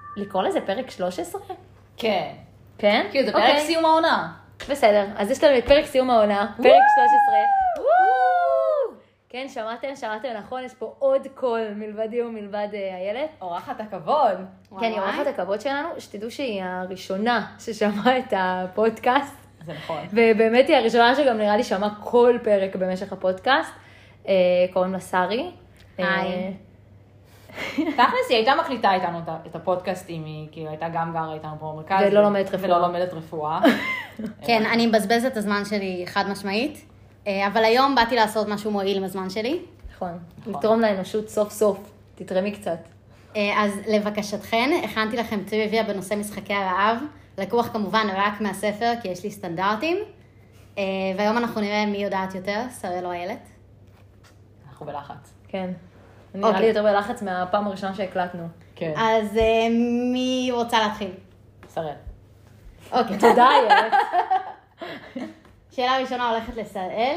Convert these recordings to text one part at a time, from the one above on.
לקרוא לזה פרק 13? כן. כן? כי זה פרק סיום העונה. בסדר, אז יש לנו את פרק סיום העונה, פרק 13. כן, שמעתם נכון, יש פה עוד קול מלבדי ומלבד איילת. אורחת הכבוד. כן, היא אורחת הכבוד שלנו, שתדעו שהיא הראשונה ששמעה את הפודקאסט. זה נכון. ובאמת היא הראשונה שגם נראה לי שמעה כל פרק במשך הפודקאסט. קוראים לה שרי. היי. תכלס, היא הייתה מקליטה איתנו את הפודקאסטים, כי היא הייתה גם גרה איתנו פה במרכז. ולא לומדת רפואה. כן, אני מבזבזת את הזמן שלי חד משמעית, אבל היום באתי לעשות משהו מועיל עם הזמן שלי. נכון, לתרום לאנושות סוף סוף, תתרמי קצת. אז לבקשתכן, הכנתי לכם טריוויה בנושא משחקי הרעב, לקוח כמובן רק מהספר, כי יש לי סטנדרטים, והיום אנחנו נראה מי יודעת יותר, שראל או איילת. אנחנו בלחץ. כן. אני נראה לי יותר בלחץ מהפעם הראשונה שהקלטנו. כן. אז מי רוצה להתחיל? שראל. אוקיי. תודה, איילת. שאלה ראשונה הולכת לשראל.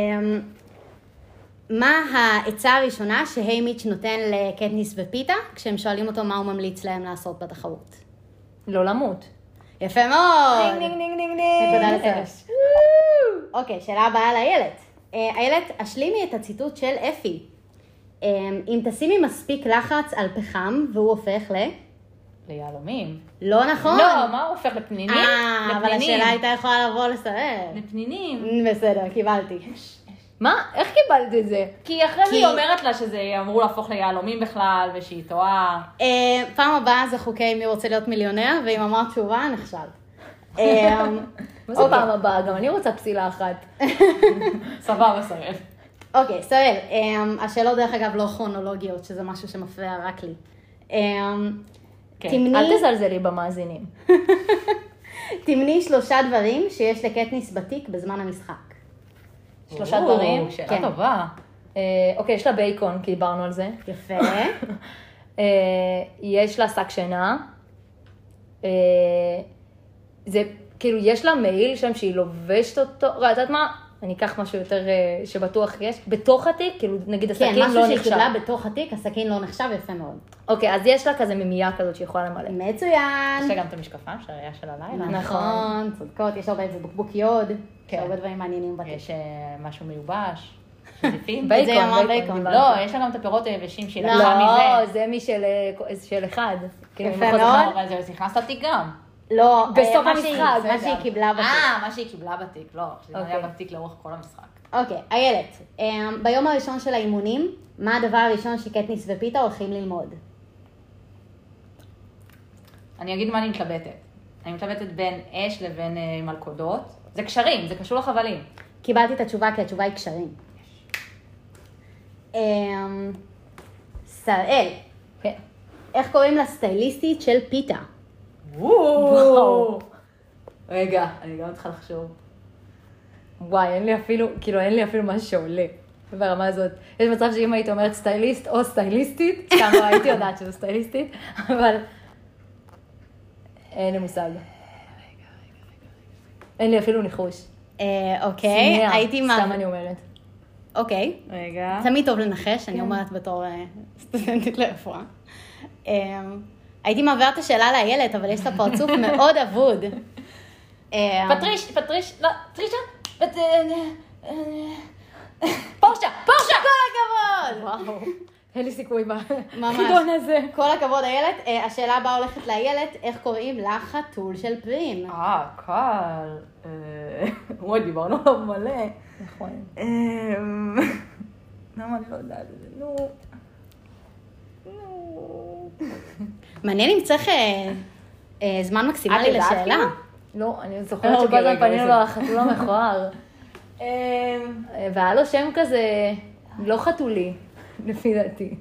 מה העצה הראשונה שהיימיץ' נותן לקטניס ופיתה, כשהם שואלים אותו מה הוא ממליץ להם לעשות בתחרות? לא למות. יפה מאוד. דינג דינג דינג דינג. נקודה לסרש. אוקיי, שאלה הבאה לאיילת. איילת, השלימי את הציטוט של אפי. אם תשימי מספיק לחץ על פחם והוא הופך ליהלומים. לא נכון. לא, מה הוא הופך לפנינים? אבל השאלה הייתה יכולה לבוא לסרב. לפנינים. בסדר, קיבלתי. מה? איך קיבלת את זה? כי אחרי זה היא אומרת לה שזה אמרו להפוך ליהלומים בכלל, ושהיא טועה. פעם הבאה זה חוקי מי רוצה להיות מיליונר, ואם אמרת תשובה, נכשל. מה זה פעם הבאה? גם אני רוצה פסילה אחת. סבבה, שראל. אוקיי, שראל, השאלות דרך אגב לא כרונולוגיות, שזה משהו שמפריע רק לי. אל תזלזלי במאזינים. תמני 3 דברים שיש לקטניס בתיק בזמן המשחק. 3 דברים? שאלה טובה. אוקיי, יש לה בייקון, כי דיברנו על זה. יפה. יש לה שק שינה. זה, כאילו, יש לה מעיל שם שהיא לובשת אותו. יודעת מה? אני אקח משהו יותר שבטוח יש. בתוך התיק, כאילו, נגיד הסכין לא נחשב. כן, משהו שהיא קיבלה בתוך התיק, הסכין לא נחשב, יפה מאוד. אוקיי, אז יש לה כזה ממייה כזאת שיכולה למלא. מצוין. יש לה גם את המשקפיים של הראייה של הלילה. נכון, צודקות, יש הרבה איזה בוקבוק יוד, יש הרבה דברים מעניינים בתיק. יש משהו מיובש, שזיפים. בייקון. לא, יש לה גם את הפירות היבשים שהיא לקחה מזה. לא, זה של אחד. יפה מאוד. אבל זה נכנס לתיק גם. לא, בסוף המשחק. מה שהיא קיבלה בתיק. מה שהיא קיבלה בתיק, לא. שזה היה בתיק לאורך כל המשחק. אוקיי, איילת, ביום הראשון של האימונים, מה הדבר הראשון שקטניס ופיתה הולכים ללמוד? אני אגיד מה אני מתלבטת. אני מתלבטת בין אש לבין מלכודות. זה קשרים, זה קשור לחבלים. קיבלתי את התשובה, כי התשובה היא קשרים. שראל, איך קוראים לסטייליסטית של פיתה? וואו. רגע, אני גם צריכה לחשוב. וואי, אין לי אפילו מה שעולה ברמה הזאת. יש מצב שאם היית אומרת סטייליסט או סטייליסטית, סתם לא הייתי יודעת שזו סטייליסטית, אבל אין לי מושג. אין לי אפילו ניחוש. אוקיי, סתם אני אומרת. אוקיי. רגע. תמיד טוב לנחש, אני אומרת בתור סטודנטית לרפואה. הייתי מעברת את השאלה לאיילת, אבל יש לה פרצוף מאוד אבוד. פטרישה, פורשה! כל הכבוד! וואו, אין לי סיכוי ממש. בחידון הזה. כל הכבוד איילת. השאלה הבאה הולכת לאיילת, איך קוראים לחתול של פרים? קל. וואי, דיברנו עליו מלא. נכון. למה אני לא יודעת את זה? נו. מעניין אם צריך זמן מקסימלי לשאלה. לא, אני זוכרת שכל הזמן פנינו לו החתול המכוער. והיה לו שם כזה לא חתולי, לפי דעתי.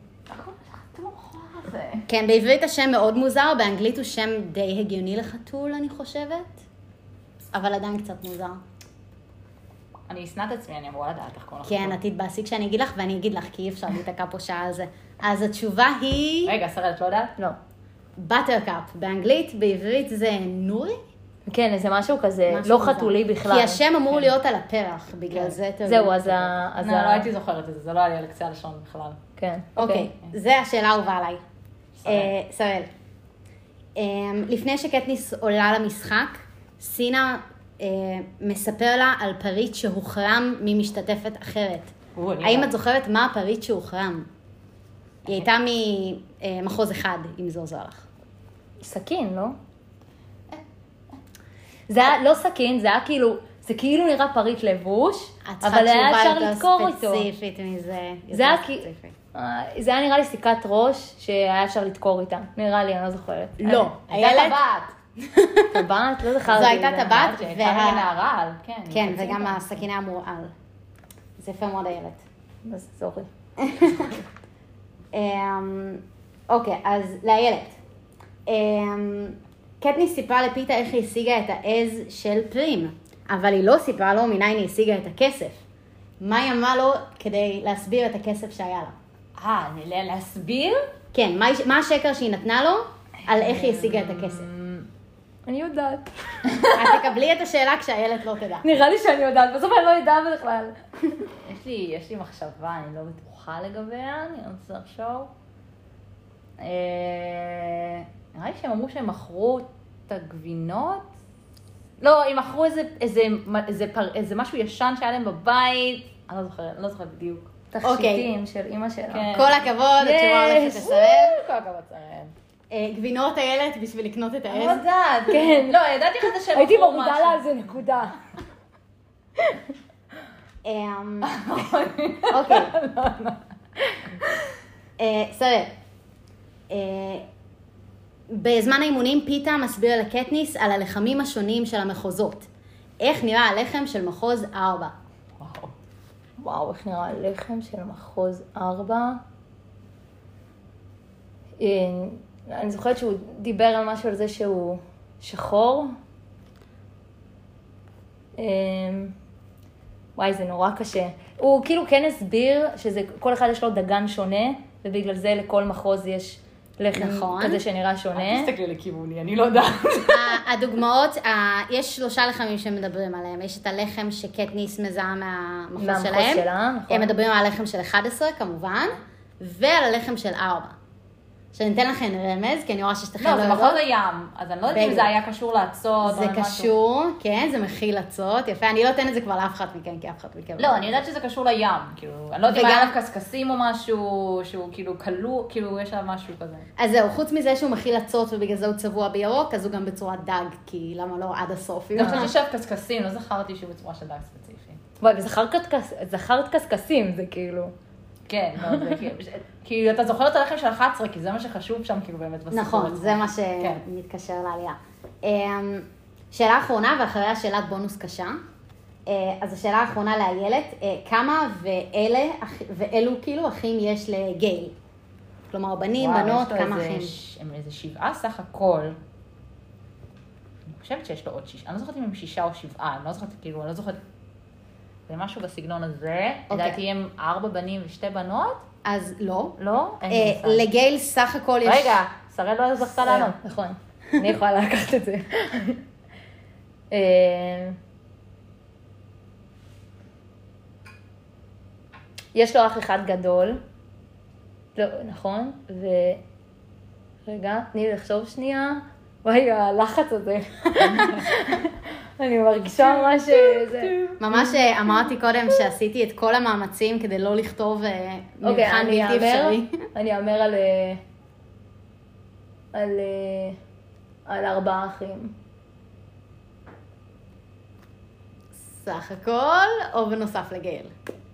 כן, בעברית השם מאוד מוזר, באנגלית הוא שם די הגיוני לחתול, אני חושבת. אבל עדיין קצת מוזר. אני אסנת עצמי, אני אמורה לדעת איך קוראים לך. כן, את תתבאסי כשאני אגיד לך, ואני אגיד לך, כי אי אפשר להתעקע פה שעה על זה. אז התשובה היא... רגע, שרה, את לא יודעת? לא. בטרקאפ. באנגלית, בעברית זה נורי? כן, זה משהו כזה, לא חתולי בכלל. כי השם אמור להיות על הפרח, בגלל זה... זהו, אז... לא הייתי זוכרת את זה, זה לא היה לי על קצה הלשון בכלל. כן. אוקיי, זה השאלה האהובה עליי. שראל, לפני שקטניס עולה למשחק, סינה מספר לה על פריט שהוחרם ממשתתפת אחרת. האם את זוכרת מה הפריט שהוחרם? היא הייתה ממחוז אחד, אם זה עוזר לך. סכין, לא? זה היה לא סכין, זה היה כאילו, זה כאילו נראה פריט לבוש, אבל היה אפשר לדקור אותו. ספציפית מזה. זה היה נראה לי סיכת ראש שהיה אפשר לדקור איתה. נראה לי, אני לא זוכרת. לא. הייתה טבעת. טבעת? לא זכרתי. זו הייתה טבעת. שהייתה ממנה הרעל. כן, וגם הסכינה המורעל. זה יפה מאוד איילת. אז סורי. אוקיי, אז לאיילת. קטניס סיפרה לפיתה איך היא השיגה את העז של פרים, אבל היא לא סיפרה לו מניין היא השיגה את הכסף. מה היא אמרה לו כדי להסביר את הכסף שהיה לה? להסביר? כן, מה השקר שהיא נתנה לו על איך היא השיגה את הכסף? אני יודעת. את תקבלי את השאלה כשהילד לא תדע. נראה לי שאני יודעת, בסוף אני לא יודעת בכלל. יש לי מחשבה, אני לא בטוחה לגביה, אני רוצה לחשוב. נראה לי שהם אמרו שהם מכרו את הגבינות. לא, הם מכרו איזה משהו ישן שהיה להם בבית. אני לא זוכרת בדיוק. תכשיטים של אמא שלה. כל הכבוד, התשובה הולכת לסרב. כל הכבוד סרב. גבינות איילת בשביל לקנות את העז. אני יודעת, כן. לא, ידעתי לך את השם. הייתי מורידה לה על זה נקודה. אוקיי. סרב. בזמן האימונים פיתה מסביר לקטניס על הלחמים השונים של המחוזות. איך נראה הלחם של מחוז 4? וואו, איך נראה הלחם של מחוז 4? אני זוכרת שהוא דיבר על משהו על זה שהוא שחור. וואי, זה נורא קשה. הוא כאילו כן הסביר שכל אחד יש לו דגן שונה, ובגלל זה לכל מחוז יש לחם כזה שנראה שונה. אל תסתכלי לכיווני, אני לא יודעת. הדוגמאות, יש 3 לחמים שמדברים עליהם. יש את הלחם שקטניס מזהה מהמחוז שלהם. הם מדברים על הלחם של 11 כמובן, ועל הלחם של 4. שניתן לכם רמז, כי אני רואה ששתכם לא, זה מחוז הים, אז אני לא יודעת אם זה היה קשור לעצות. זה קשור, כן, זה מכיל עצות, יפה, אני לא אתן את זה כבר לאף אחד מכם, כי אף אחד מכם. לא, אני יודעת שזה קשור לים, כאילו, אני לא יודעת אם היה עליו קסקסים או משהו, שהוא כאילו קלו, כאילו יש עליו משהו כזה. אז זהו, חוץ מזה שהוא מכיל עצות ובגלל זה הוא צבוע בירוק, אז הוא גם בצורת דג, כי למה לא עד הסוף. אני חושבת שיש קסקסים, לא זכרתי שהוא בצורה של דג ספציפי. וואי, וזכרת קסקסים, זה כאילו. כן, לא, זה כאילו, אתה זוכר את הלחם של 11, כי זה מה שחשוב שם, כאילו, באמת בסיפור. נכון, זה מה שמתקשר לעלייה. שאלה אחרונה, ואחריה שאלת בונוס קשה. אז השאלה האחרונה לאיילת, כמה ואלו כאילו אחים יש לגייל? כלומר, בנים, בנות, כמה אחים? הם איזה 7 סך הכל. אני חושבת שיש לו עוד 6. אני לא זוכרת אם הם 6 או 7, אני לא זוכרת, כאילו, אני לא זוכרת. זה משהו בסגנון הזה. לדעתי הם 4 בנים ו2 בנות. אז לא. לא? לגייל סך הכל יש... רגע, שרל לא זכתה לנו. נכון. אני יכולה לקחת את זה. יש לו אח אחד גדול. לא, נכון? רגע, תני לי לחשוב שנייה. וואי, הלחץ הזה. אני מרגישה ממש אמרתי קודם שעשיתי את כל המאמצים כדי לא לכתוב מבחן בלתי אפשרי. אני אאמר על 4 אחים. סך הכל, או בנוסף לגייל?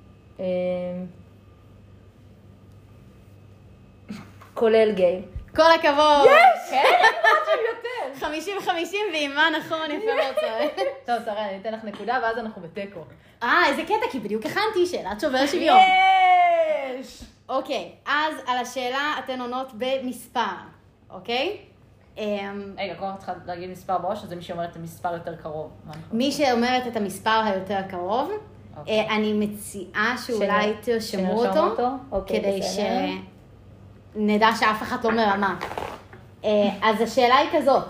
כולל גייל. כל הכבוד. יש! כן, אני חושבת יותר. 50-50 ואימה נכון, יפה מאוד שרל. טוב, שרל, אני אתן לך נקודה ואז אנחנו בטקו. איזה קטע, כי בדיוק הכנתי שאלת שובר שוויון. יש! אוקיי, אז על השאלה אתן עונות במספר, אוקיי? רגע, כבר צריכה להגיד מספר בראש, אז זה מי שאומרת את המספר יותר קרוב. מי שאומרת את המספר היותר קרוב, אני מציעה שאולי תרשמו אותו, כדי שנדע שאף אחד לא מרמה. אז השאלה היא כזאת,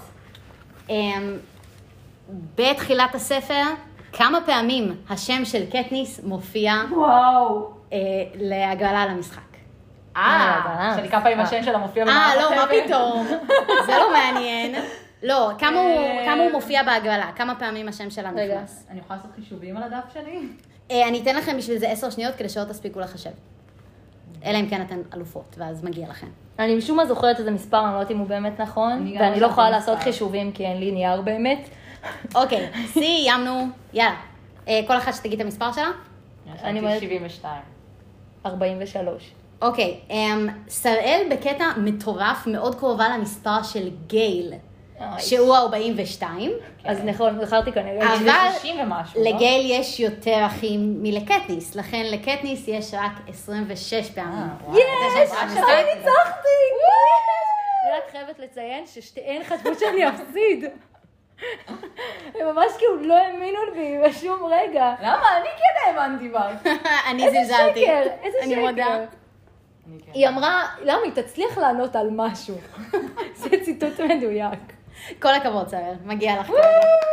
בתחילת הספר, כמה פעמים השם של קטניס מופיע להגרלה למשחק? שאני כמה פעמים השם שלה מופיע במערכת לא, מה הספר. פתאום? זה לא מעניין. לא, כמה הוא מופיע בהגבלה? כמה פעמים השם שלה נכנס? אני יכולה לעשות חישובים על הדף שלי? אני אתן לכם בשביל זה 10 שניות כדי שלא תספיקו לחשב. אלא אם כן אתן אלופות, ואז מגיע לכם. אני משום מה זוכרת איזה מספר, אני לא יודעת אם הוא באמת נכון, ואני לא יכולה לעשות חישובים כי אין לי נייר באמת. אוקיי, סיימנו. יאללה. כל אחת שתגיד את המספר שלה? אני אומרת 72. 43. אוקיי, שראל בקטע מטורף מאוד קרובה למספר של גייל, שהוא 42. אז נכון, זכרתי כנראה. אבל 60 ומשהו, לא? לגייל יש יותר אחים מלקטניס, לכן לקטניס יש רק 26 פעמים. יש! אני ניצחתי! אני רק חייבת לציין ששתיהן חשבו שאני אפסיד. הם ממש כאילו לא האמינו בי בשום רגע. למה? אני כן האמנתי בה. אני זלזלתי. איזה אני מודה. שקר. היא אמרה, למה היא תצליח לענות על משהו? זה ציטוט מדויק. כל הכבוד, שראל, מגיע לך.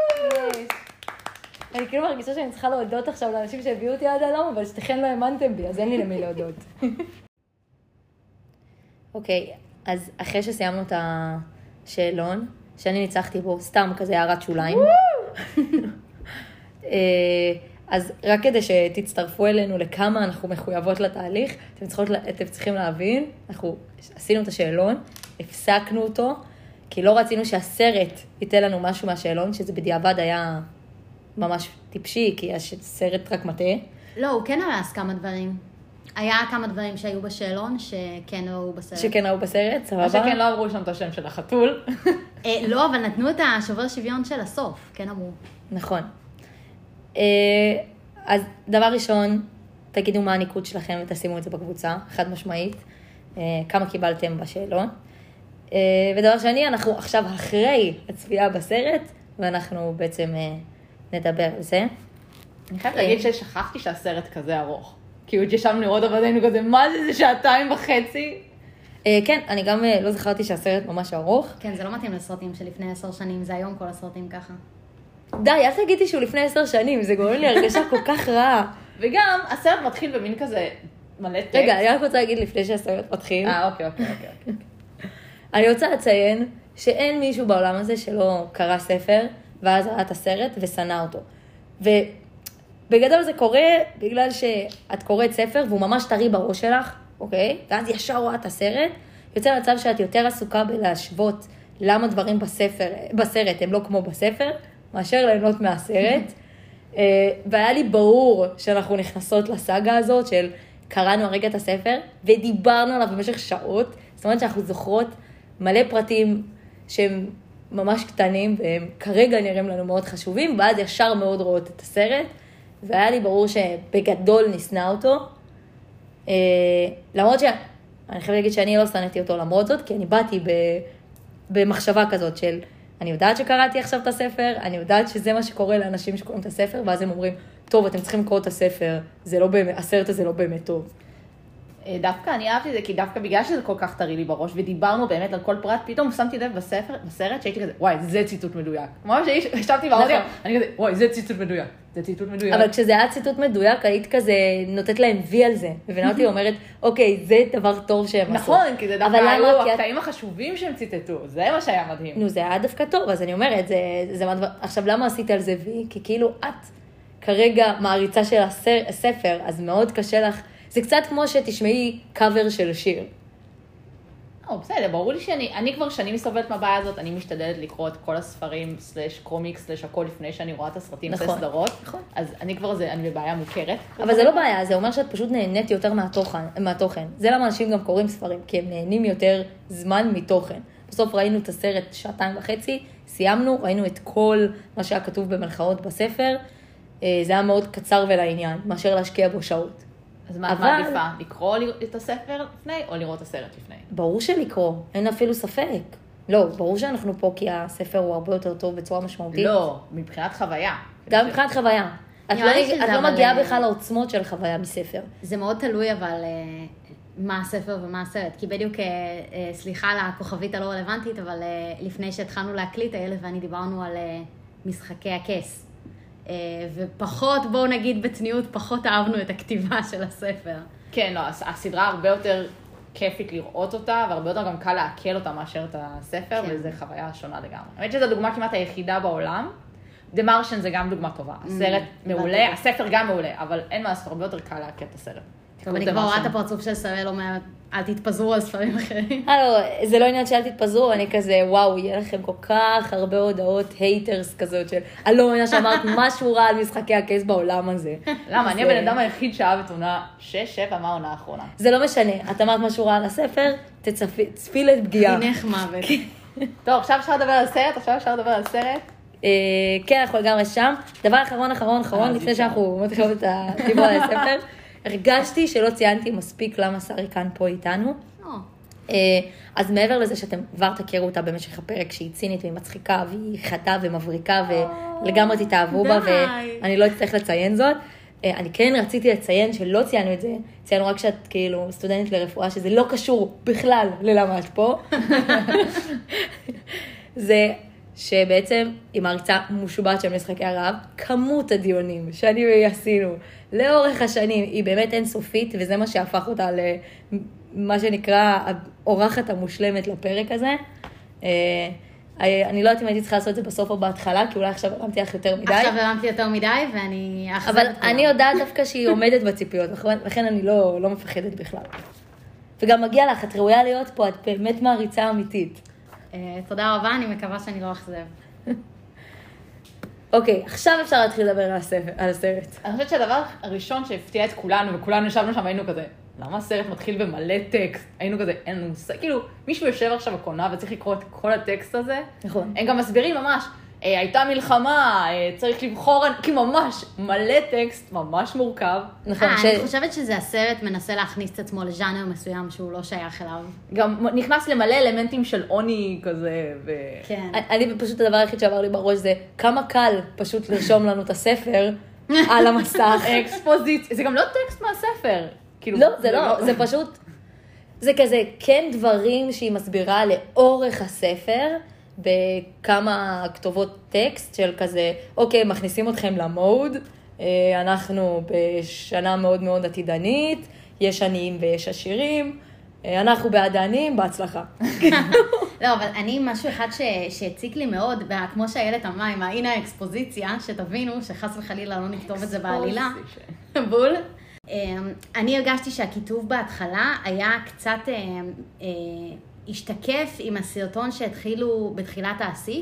אני כאילו מרגישה שאני צריכה להודות עכשיו לאנשים שהביאו אותי עד הלום, אבל שתכן לא האמנתם בי, אז אין לי למי להודות. אוקיי, אז אחרי שסיימנו את השאלון, שאני ניצחתי בו, סתם כזה הערת שוליים. אז רק כדי שתצטרפו אלינו לכמה אנחנו מחויבות לתהליך, אתם צריכים להבין, אנחנו עשינו את השאלון, הפסקנו אותו, כי לא רצינו שהסרט ייתן לנו משהו מהשאלון, שזה בדיעבד היה ממש טיפשי, כי הסרט רק מטעה. לא, הוא כן הרס כמה דברים. היה כמה דברים שהיו בשאלון שכן ראו בסרט. שכן ראו בסרט, סבבה? שכן לא אמרו שם את השם של החתול. לא, אבל נתנו את השובר שוויון של הסוף, כן אמרו. נכון. אז דבר ראשון, תגידו מה הניקוד שלכם ותשימו את זה בקבוצה, חד משמעית, כמה קיבלתם בשאלון. ודבר שני, אנחנו עכשיו אחרי הצפייה בסרט, ואנחנו בעצם נדבר על זה. אני חייבת להגיד ששכחתי שהסרט כזה ארוך. כי עוד ישבנו לראות אבל היינו כזה, מה זה 2.5? כן, אני גם לא זכרתי שהסרט ממש ארוך. כן, זה לא מתאים לסרטים שלפני 10 שנים, זה היום כל הסרטים ככה. די, אל תגידי שהוא לפני 10 שנים, זה גורם לי הרגשה כל כך רעה. וגם הסרט מתחיל במין כזה מלא טקסט. רגע, אני רק רוצה להגיד לפני שהסרט מתחיל. אוקיי. אני רוצה לציין שאין מישהו בעולם הזה שלא קרא ספר, ואז ראה את הסרט ושנא אותו. ובגדול זה קורה בגלל שאת קוראת ספר והוא ממש טרי בראש שלך, אוקיי? ואז ישר רואה את הסרט, יוצא מצב שאת יותר עסוקה בלהשוות למה דברים בסרט הם לא כמו בספר, מאשר ליהנות מהסרט. והיה לי ברור שאנחנו נכנסות לסאגה הזאת של קראנו הרגע את הספר ודיברנו עליו במשך שעות, זאת אומרת שאנחנו זוכרות מלא פרטים שהם ממש קטנים והם כרגע נראים לנו מאוד חשובים, ואז ישר מאוד רואות את הסרט, והיה לי ברור שבגדול נשנא אותו, למרות שאני חייבת להגיד שאני לא שנאתי אותו למרות זאת, כי אני באתי במחשבה כזאת של אני יודעת שקראתי עכשיו את הספר, אני יודעת שזה מה שקורה לאנשים שקוראים את הספר, ואז הם אומרים, טוב, אתם צריכים לקרוא את הספר, הסרט הזה לא באמת טוב. דווקא אני אהבתי את זה, כי דווקא בגלל שזה כל כך טרי לי בראש, ודיברנו באמת על כל פרט, פתאום שמתי לב בסרט שהייתי כזה, וואי, זה ציטוט מדויק. ממש ישבתי באודיו, אני כזה, וואי, זה ציטוט מדויק. זה ציטוט מדויק. אבל כשזה היה ציטוט מדויק, היית כזה נותנת להם וי על זה. מבינה אותי אומרת, אוקיי, זה דבר טוב שהם עשו. נכון, כי זה דווקא היו הקטעים החשובים שהם ציטטו. זה מה שהיה מדהים. נו, זה היה דווקא טוב, אז אני אומרת, עכשיו למה עשית על זה וי? כי כאילו את כרגע מעריצה של הספר, אז מאוד קשה לך. זה קצת כמו שתשמעי קאבר של שיר. בסדר, ברור לי שאני כבר שנים מסובלת מהבעיה הזאת, אני משתדלת לקרוא את כל הספרים, סלש קומיקס, סלש הכל לפני שאני רואה את הסרטים, סלש סדרות. נכון. אז אני כבר אני בבעיה מוכרת. אבל זה לא בעיה, זה אומר שאת פשוט נהנית יותר מהתוכן. זה למה אנשים גם קוראים ספרים, כי הם נהנים יותר זמן מתוכן. בסוף ראינו את הסרט 2.5 שעות, סיימנו, ראינו את כל מה שהיה כתוב במלכאות בספר, זה היה מאוד קצר ולעניין, מאשר להשקיע בו שעות. אז מה מעדיפה? לקרוא את הספר לפני או לראות את הסרט לפני? ברור שלקרוא, אין אפילו ספק. לא, ברור שאנחנו פה כי הספר הוא הרבה יותר טוב בצורה משמעותית. לא, מבחינת חוויה. גם מבחינת חוויה. את לא מגיעה בכלל לעוצמות של חוויה מספר. זה מאוד תלוי אבל מה הספר ומה הסרט. כי בדיוק, סליחה על הכוכבית הלא רלוונטית, אבל לפני שהתחלנו להקליט, הילד ואני דיברנו על משחקי הכס. ופחות, בואו נגיד בצניעות, פחות אהבנו את הכתיבה של הספר. כן, לא, הסדרה הרבה יותר כיפית לראות אותה, והרבה יותר גם קל לעכל אותה מאשר את הספר, וזו חוויה שונה לגמרי. האמת שזו דוגמה כמעט היחידה בעולם. The Martian זה גם דוגמה טובה. הסרט מעולה, הספר גם מעולה, אבל אין מה לעשות, הרבה יותר קל לעכל את הסרט. טוב, אני כבר רואה את הפרצוף של שראל אומרת, אל תתפזרו על ספרים אחרים. זה לא עניין שאל תתפזרו, אני כזה, וואו, יהיה לכם כל כך הרבה הודעות הייטרס כזאת של, אני לא מבינה שאמרת משהו רע על משחקי הכס בעולם הזה. למה? אני הבן אדם היחיד שאהב את עונה 6-7, מה העונה האחרונה? זה לא משנה, את אמרת משהו רע על הספר, תצפי לפגיעה. חינך מוות. טוב, עכשיו אפשר לדבר על הסרט? כן, אנחנו לגמרי שם. דבר אחרון, לפני שאנחנו מתחילות את הדיבור על הספר, הרגשתי שלא ציינתי מספיק למה שרי כאן פה איתנו. אז מעבר לזה שאתם כבר תכירו אותה במשך הפרק, שהיא צינית והיא מצחיקה והיא חדה ומבריקה ולגמרי תתאהבו בה ואני לא אצטרך לציין זאת. אני כן רציתי לציין שלא ציינו את זה, ציינו רק שאת כאילו סטודנטית לרפואה, שזה לא קשור בכלל ללמה את פה. זה שבעצם היא מעריצה מושבעת של משחקי הרעב, כמות הדיונים שאני ועשינו לאורך השנים היא באמת אינסופית, וזה מה שהפך אותה למה שנקרא האורחת המושלמת לפרק הזה. אני לא יודעת אם הייתי צריכה לעשות את זה בסוף או בהתחלה, כי אולי עכשיו הרמתי לך יותר מדי. עכשיו הרמתי יותר מדי, ואני אכזבת אבל אני יודעת דווקא שהיא עומדת בציפיות, לכן אני לא מפחדת בכלל. וגם מגיע לך, את ראויה להיות פה, את באמת מעריצה אמיתית. תודה רבה, אני מקווה שאני לא אכזב. אוקיי, עכשיו אפשר להתחיל לדבר על הסרט. אני חושבת שהדבר הראשון שהפתיע את כולנו, וכולנו ישבנו שם, היינו כזה, למה הסרט מתחיל במלא טקסט? היינו כזה, אין לנו מושג, כאילו, מישהו יושב עכשיו בקולנוע וצריך לקרוא את כל הטקסט הזה. נכון. הם גם מסבירים ממש, הייתה מלחמה, צריך לבחור, כי ממש מלא טקסט, ממש מורכב. נכון. אני חושבת שזה הסרט מנסה להכניס את עצמו לז'אנר מסוים שהוא לא שייך אליו. גם נכנס למלא אלמנטים של עוני כזה, כן. אני פשוט הדבר היחיד שעבר לי בראש זה, כמה קל פשוט לרשום לנו את הספר על המסך. אקספוזיציה, זה גם לא טקסט מהספר. לא, זה לא, זה פשוט, זה כזה, כן דברים שהיא מסבירה לאורך הספר, בכמה כתובות טקסט של כזה, אוקיי, מכניסים אתכם למוד, אנחנו בשנה מאוד מאוד עתידנית, יש עניים ויש עשירים, אנחנו בעד העניים, בהצלחה. לא, אבל אני משהו אחד שהציק לי מאוד, כמו שהילת אמרה, עם הנה האקספוזיציה, שתבינו שחס וחלילה לא נכתוב את זה בעלילה. בול. אני הרגשתי שהכיתוב בהתחלה היה קצת השתקף עם הסרטון שהתחילו בתחילת האסיף,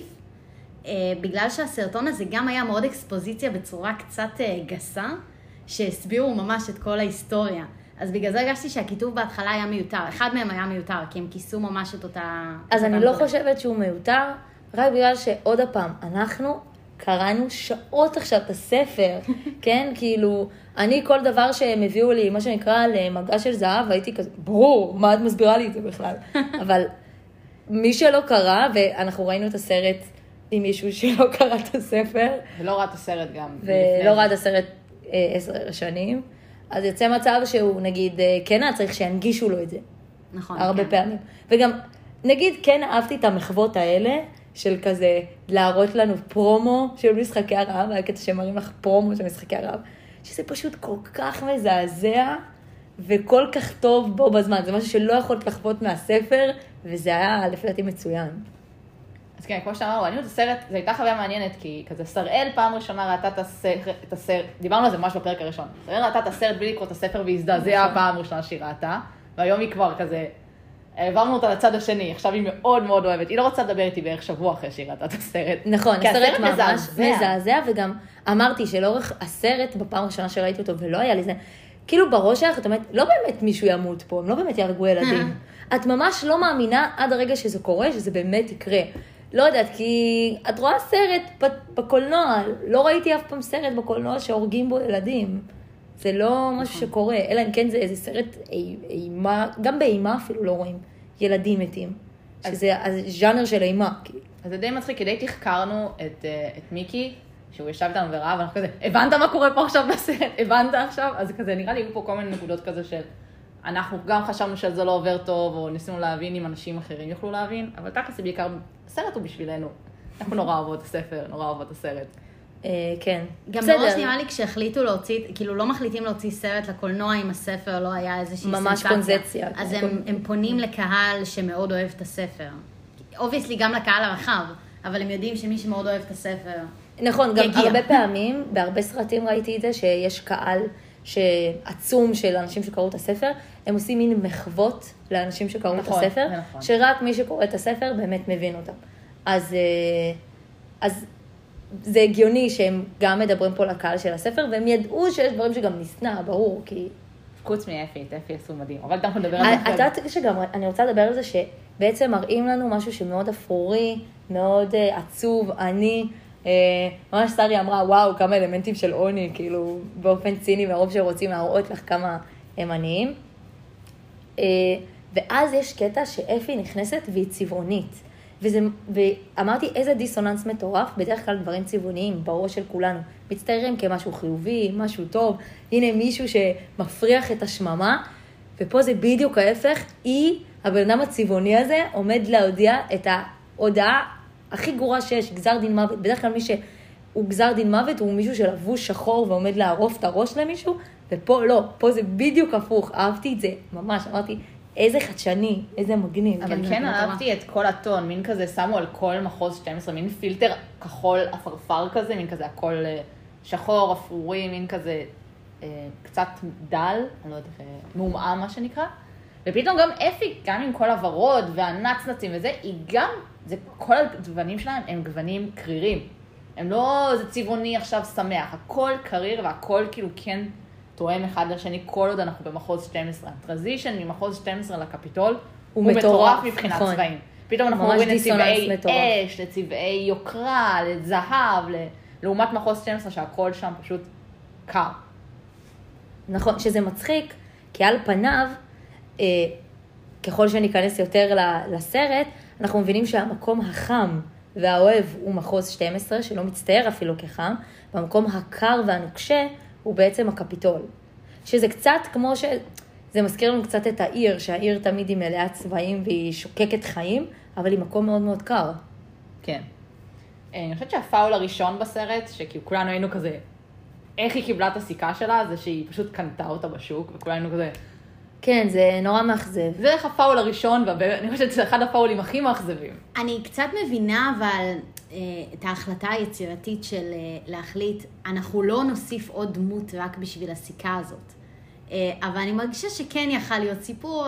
בגלל שהסרטון הזה גם היה מאוד אקספוזיציה בצורה קצת גסה, שהסבירו ממש את כל ההיסטוריה. אז בגלל זה הרגשתי שהכיתוב בהתחלה היה מיותר. אחד מהם היה מיותר, כי הם כיסו ממש את אותה... אז אני לא חושבת שהוא מיותר, רק בגלל שעוד הפעם, אנחנו קראנו שעות עכשיו את הספר, כן? כאילו, אני כל דבר שהם הביאו לי, מה שנקרא, למגע של זהב, הייתי כזה, ברור, מה את מסבירה לי את זה בכלל? אבל מי שלא קרא, ואנחנו ראינו את הסרט עם מישהו שלא קרא את הספר. ולא ראה את הסרט גם. ולא ראה את הסרט 10 שנים. אז יצא מצב שהוא, נגיד, כן היה צריך שינגישו לו את זה. נכון. הרבה פעמים. וגם, נגיד, כן אהבתי את המחוות האלה, של כזה להראות לנו פרומו של משחקי הרעב, היה קטע שמראים לך פרומו של משחקי הרעב, שזה פשוט כל כך מזעזע, וכל כך טוב בו בזמן. זה משהו שלא יכולת לחוות מהספר, וזה היה לפי דעתי מצוין. אז כן, כמו שאמרנו, ראינו את הסרט, זו הייתה חוויה מעניינת, כי כזה שראל פעם ראשונה ראתה את הסרט, דיברנו על זה ממש בפרק הראשון, שראל ראתה את הסרט בלי לקרוא את הספר והזדעזעה הפעם ראשונה שהיא ראתה, והיום היא כבר כזה, העברנו אותה לצד השני, עכשיו היא מאוד מאוד אוהבת, היא לא רוצה לדבר איתי בערך שבוע אחרי שהיא ראתה את הסרט. נכון, הסרט ממש מזעזע, וגם אמרתי שלאורך הסרט, בפעם הראשונה שראיתי אותו ולא היה לי זה, כאילו בראש שלך, את אומרת, לא באמת מישהו ימות פה, הם לא באמת יהרגו ילדים. את ממש לא מאמינה עד הרגע שזה קורה, שזה באמת יקרה. לא יודעת, כי את רואה סרט בקולנוע, לא ראיתי אף פעם סרט בקולנוע שהורגים בו ילדים. זה לא משהו שקורה, אלא אם כן זה איזה סרט אימה, גם באימה אפילו לא רואים ילדים מתים. שזה הז'אנר של אימה. אז זה די מצחיק, כדי תחקרנו את מיקי, שהוא ישב איתנו וראה, ואנחנו כזה, הבנת מה קורה פה עכשיו בסרט? הבנת עכשיו? אז כזה, נראה לי היו פה כל מיני נקודות כזה של, אנחנו גם חשבנו שזה לא עובר טוב, או ניסינו להבין אם אנשים אחרים יוכלו להבין, אבל תכלס זה בעיקר, הסרט הוא בשבילנו. אנחנו נורא אוהבות את הספר, נורא אוהבות את הסרט. כן. גם מראש נראה לי כשהחליטו להוציא, כאילו לא מחליטים להוציא סרט לקולנוע עם הספר, לא היה איזושהי ממש קונזציה. אז הם פונים לקהל שמאוד אוהב את הספר. אובייסלי גם לקהל הרחב, אבל הם יודעים שמי שמאוד אוהב את הספר נכון, גם הרבה פעמים, בהרבה סרטים ראיתי את זה, שיש קהל עצום של אנשים שקראו את הספר, הם עושים מין מחוות לאנשים שקראו את הספר, שרק מי שקורא את הספר באמת מבין אותם. אז זה הגיוני שהם גם מדברים פה לקהל של הספר, והם ידעו שיש דברים שגם נסנה, ברור, כי... חוץ מאפי, את אפי עשו מדהים, אבל אנחנו נדבר על זה אחרי. את יודעת שגם, אני רוצה לדבר על זה שבעצם מראים לנו משהו שמאוד אפרורי, מאוד עצוב, עני, ממש סטרי אמרה, וואו, כמה אלמנטים של עוני, כאילו, באופן ציני, מרוב שרוצים להראות לך כמה הם עניים. ואז יש קטע שאפי נכנסת והיא צבעונית. ואמרתי, איזה דיסוננס מטורף, בדרך כלל דברים צבעוניים, בראש של כולנו, מצטיירים כמשהו חיובי, משהו טוב, הנה מישהו שמפריח את השממה, ופה זה בדיוק ההפך, הבן אדם הצבעוני הזה עומד להודיע את ההודעה הכי גרורה שיש, גזר דין מוות. בדרך כלל מי שהוא גזר דין מוות הוא מישהו שלבוש שחור ועומד לערוף את הראש למישהו, ופה לא, פה זה בדיוק הפוך, אהבתי את זה, ממש, אמרתי, איזה חדשני, איזה מגניב. אבל כן אהבתי את כל הטון, מין כזה שמו על כל מחוז 12, מין פילטר כחול אפרפר כזה, מין כזה הכל שחור, אפרורי, מין כזה קצת דל, אני לא יודעת איך, מעומעם מה שנקרא. ופתאום גם אפי, גם עם כל הוורוד והנצנצים וזה, היא גם, כל הגוונים שלהם הם גוונים קרירים. הם לא, זה צבעוני עכשיו שמח, הכל קריר והכל כאילו כן תואם אחד לשני, כל עוד אנחנו במחוז 12. הטרנזישן ממחוז 12 לקפיטול הוא מטורף מבחינת צבעים. פתאום אנחנו רואים לצבעי אש, לצבעי יוקרה, לזהב, לעומת מחוז 12 שהכל שם פשוט קר. נכון, שזה מצחיק, כי על פניו, ככל שניכנס יותר לסרט, אנחנו מבינים שהמקום החם והאוהב הוא מחוז 12, שלא מצטייר אפילו כחם, והמקום הקר והנוקשה הוא בעצם הקפיטול. שזה קצת כמו זה מזכיר לנו קצת את העיר, שהעיר תמיד היא מלאה צבעים והיא שוקקת חיים, אבל היא מקום מאוד מאוד קר. כן. אני חושבת שהפאול הראשון בסרט, שכאילו כולנו היינו כזה, איך היא קיבלה את הסיכה שלה, זה שהיא פשוט קנתה אותה בשוק, וכולנו כזה... כן, זה נורא מאכזב. זה איך הפאול הראשון, ואני חושבת שזה אחד הפאולים הכי מאכזבים. אני קצת מבינה, אבל את ההחלטה היצירתית של להחליט, אנחנו לא נוסיף עוד דמות רק בשביל הסיכה הזאת. אבל אני מרגישה שכן יכל להיות סיפור,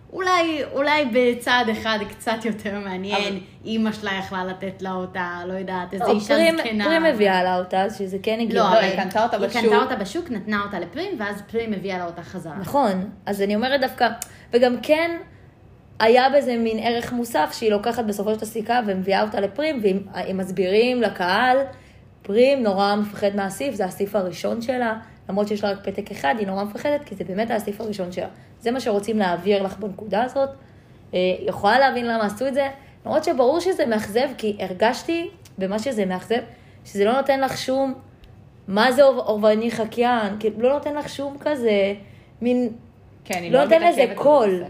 אולי בצעד אחד קצת יותר מעניין, אמא שלה יכלה לתת לה אותה, לא יודעת, איזו אישה זקנה. פרים הביאה לה אותה, שזה כן הגיע. לא, היא קנתה אותה בשוק. היא קנתה אותה בשוק, נתנה אותה לפרים, ואז פרים הביאה לה אותה חזרה. נכון, אז אני אומרת דווקא, וגם כן היה בזה מין ערך מוסף, שהיא לוקחת בסופו של הסיכה ומביאה אותה לפרים, והם מסבירים לקהל, פרים נורא מפחד מהסיף, זה הסיף הראשון שלה, למרות שיש לה רק פתק אחד, היא נורא מפחדת, כי זה באמת הסיף הראשון שלה. זה מה שרוצים להעביר לך בנקודה הזאת. יכולה להבין למה עשו את זה, למרות שברור שזה מאכזב, כי הרגשתי במה שזה מאכזב, שזה לא נותן לך שום, מה זה אורבני חקיין, כי לא נותן לך שום כזה, מין, כן, לא נותן לזה קול,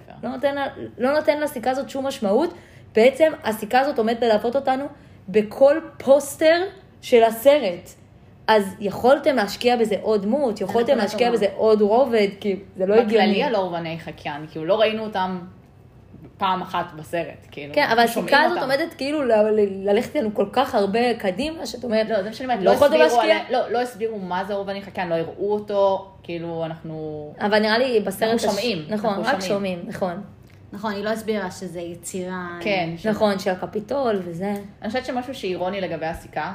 לא נותן לסיכה הזאת שום משמעות, בעצם הסיכה הזאת עומדת ללוות אותנו בכל פוסטר של הסרט. אז יכולתם להשקיע בזה עוד דמות, יכולתם להשקיע בזה עוד רובד, כי זה לא הגיוני. בכללי על אורבני חקיין, כאילו לא ראינו אותם פעם אחת בסרט, כאילו. כן, אבל הסיכה הזאת עומדת כאילו ללכת לנו כל כך הרבה קדימה, שאת אומרת, לא, זה משנה, לא יכולתם להשקיע? לא הסבירו מה זה אורבני חקיין, לא הראו אותו, כאילו אנחנו... אבל נראה לי בסרט... אנחנו שומעים. נכון, רק שומעים, נכון. נכון, היא לא הסבירה שזה יצירה... כן. נכון, של הקפיטול וזה. אני חושבת שמשהו שאירוני לגבי הסיכה,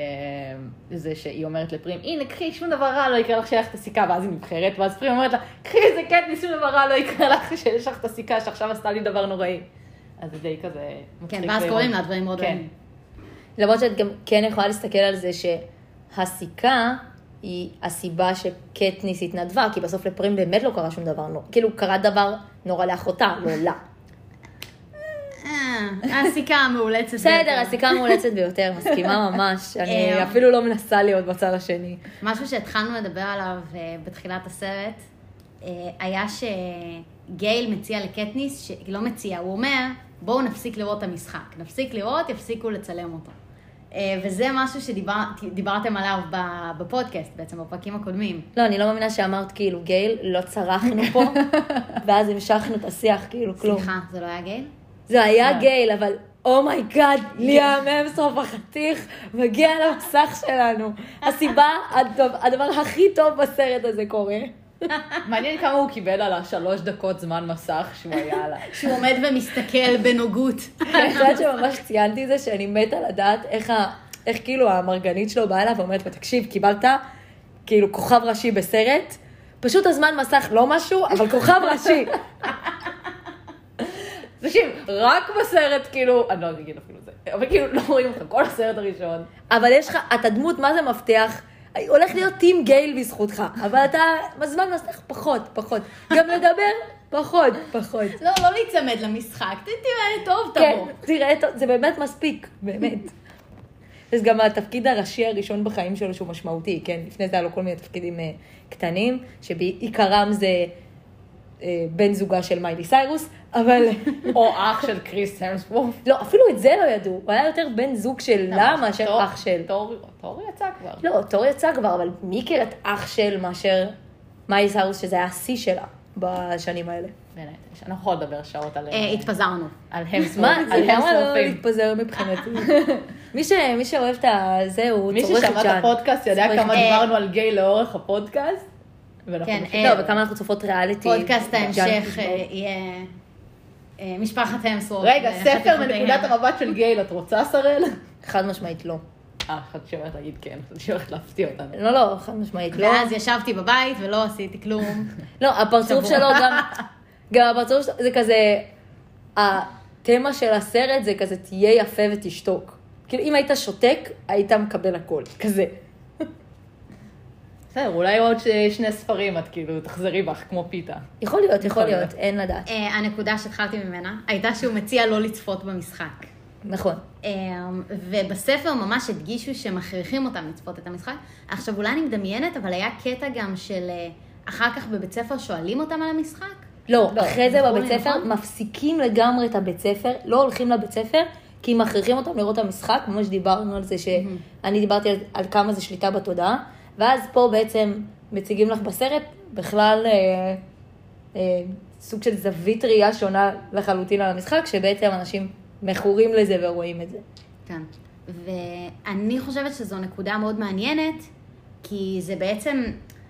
זה שהיא אומרת לפרים, הנה, קחי, שום דבר רע לא יקרה לך שיש לך את הסיכה, ואז היא נבחרת, ואז פרים אומרת לה, קחי, זה קטניס, שום דבר רע לא יקרה לך שיש לך את הסיכה, שעכשיו עשתה לי דבר נוראי. אז זה די כזה... כן, ואז קוראים לה דברים מאוד רעים. למרות שאת גם כן יכולה להסתכל על זה שהסיכה היא הסיבה שקטניס התנדבה, כי בסוף לפרים באמת לא קרה שום דבר, כאילו קרה דבר נורא לאחותה, לא לה. הסיכה המאולצת ביותר. בסדר, הסיכה המאולצת ביותר, מסכימה ממש. אני אפילו לא מנסה להיות בצד השני. משהו שהתחלנו לדבר עליו בתחילת הסרט, היה שגייל מציע לקטניס, לא מציע, הוא אומר, בואו נפסיק לראות את המשחק. נפסיק לראות, יפסיקו לצלם אותו. וזה משהו שדיברתם עליו בפודקאסט, בעצם בפרקים הקודמים. לא, אני לא מאמינה שאמרת כאילו גייל, לא צרחנו פה, ואז המשכנו את השיח כאילו כלום. סליחה, זה לא היה גייל? זה היה גייל, אבל אומייגאד, ליאם אמסטרוף החתיך מגיע למסך שלנו. הסיבה, הדבר הכי טוב בסרט הזה קורה. מעניין כמה הוא קיבל על 3 דקות זמן מסך שהוא היה עליו. שהוא עומד ומסתכל בנוגות. אני חושבת שממש ציינתי זה שאני מתה לדעת איך כאילו המרגנית שלו באה אליו ואומרת, ותקשיב, קיבלת כאילו כוכב ראשי בסרט, פשוט הזמן מסך לא משהו, אבל כוכב ראשי. תקשיב, רק בסרט כאילו, אני לא אגיד אפילו זה, אבל כאילו לא רואים אותך, כל הסרט הראשון. אבל יש לך, אתה דמות, מה זה מבטיח? הולך להיות טים גייל בזכותך, אבל אתה בזמן מסך פחות. גם לדבר פחות. לא להיצמד למשחק, תראה טוב, כן, תבוא. תראה טוב, זה באמת מספיק, באמת. זה גם התפקיד הראשי הראשון בחיים שלו שהוא משמעותי, כן? לפני זה היה לו כל מיני תפקידים קטנים, שבעיקרם זה בן זוגה של מיילי סיירוס, אבל... או אח של קריס המסוורת'. לא, אפילו את זה לא ידעו, הוא היה יותר בן זוג של לה מאשר אח של... תור יצא כבר. לא, תור יצא כבר, אבל מי הכיר את אח של מאשר מיילי סיירוס, שזה היה השיא שלה בשנים האלה. באמת, אנחנו יכולים לדבר שעות על... התפזרנו. על המסוורת'. מה? זה למה לא להתפזר מבחינתי? מי שאוהב את זה, הוא מי צורך את ששמע את הפודקאסט יודע כמה דיברנו על גיי לאורך הפודקאסט. כן, לא, וכמה אנחנו צופות ריאליטי. פודקאסט ההמשך יהיה משפחת המסוורת'. רגע, ספר מנקודת המבט של גייל, את רוצה שראל? חד משמעית לא. חד שהולכת להגיד כן, חד שהולכת להפתיע אותנו. לא, חד משמעית לא. ואז ישבתי בבית ולא עשיתי כלום. לא, הפרצוף שלו גם הפרצוף שלו, זה כזה, התמה של הסרט זה כזה, תהיה יפה ותשתוק. כאילו, אם היית שותק, היית מקבל הכל, כזה. בסדר, אולי עוד 2 ספרים, את כאילו תחזרי בך כמו פיתה. יכול להיות, אין לדעת. הנקודה שהתחלתי ממנה הייתה שהוא מציע לא לצפות במשחק. נכון. ובספר ממש הדגישו שמכריחים אותם לצפות את המשחק. עכשיו, אולי אני מדמיינת, אבל היה קטע גם של אחר כך בבית ספר שואלים אותם על המשחק? לא, אחרי זה בבית ספר מפסיקים לגמרי את הבית ספר, לא הולכים לבית ספר, כי מכריחים אותם לראות את המשחק, ממש דיברנו על זה שאני דיברתי על כמה זה שליטה בתודעה, ואז פה בעצם מציגים לך בסרט בכלל סוג של זווית ראייה שונה לחלוטין על המשחק, שבעצם אנשים מכורים לזה ורואים את זה. כן, ואני חושבת שזו נקודה מאוד מעניינת, כי זה בעצם,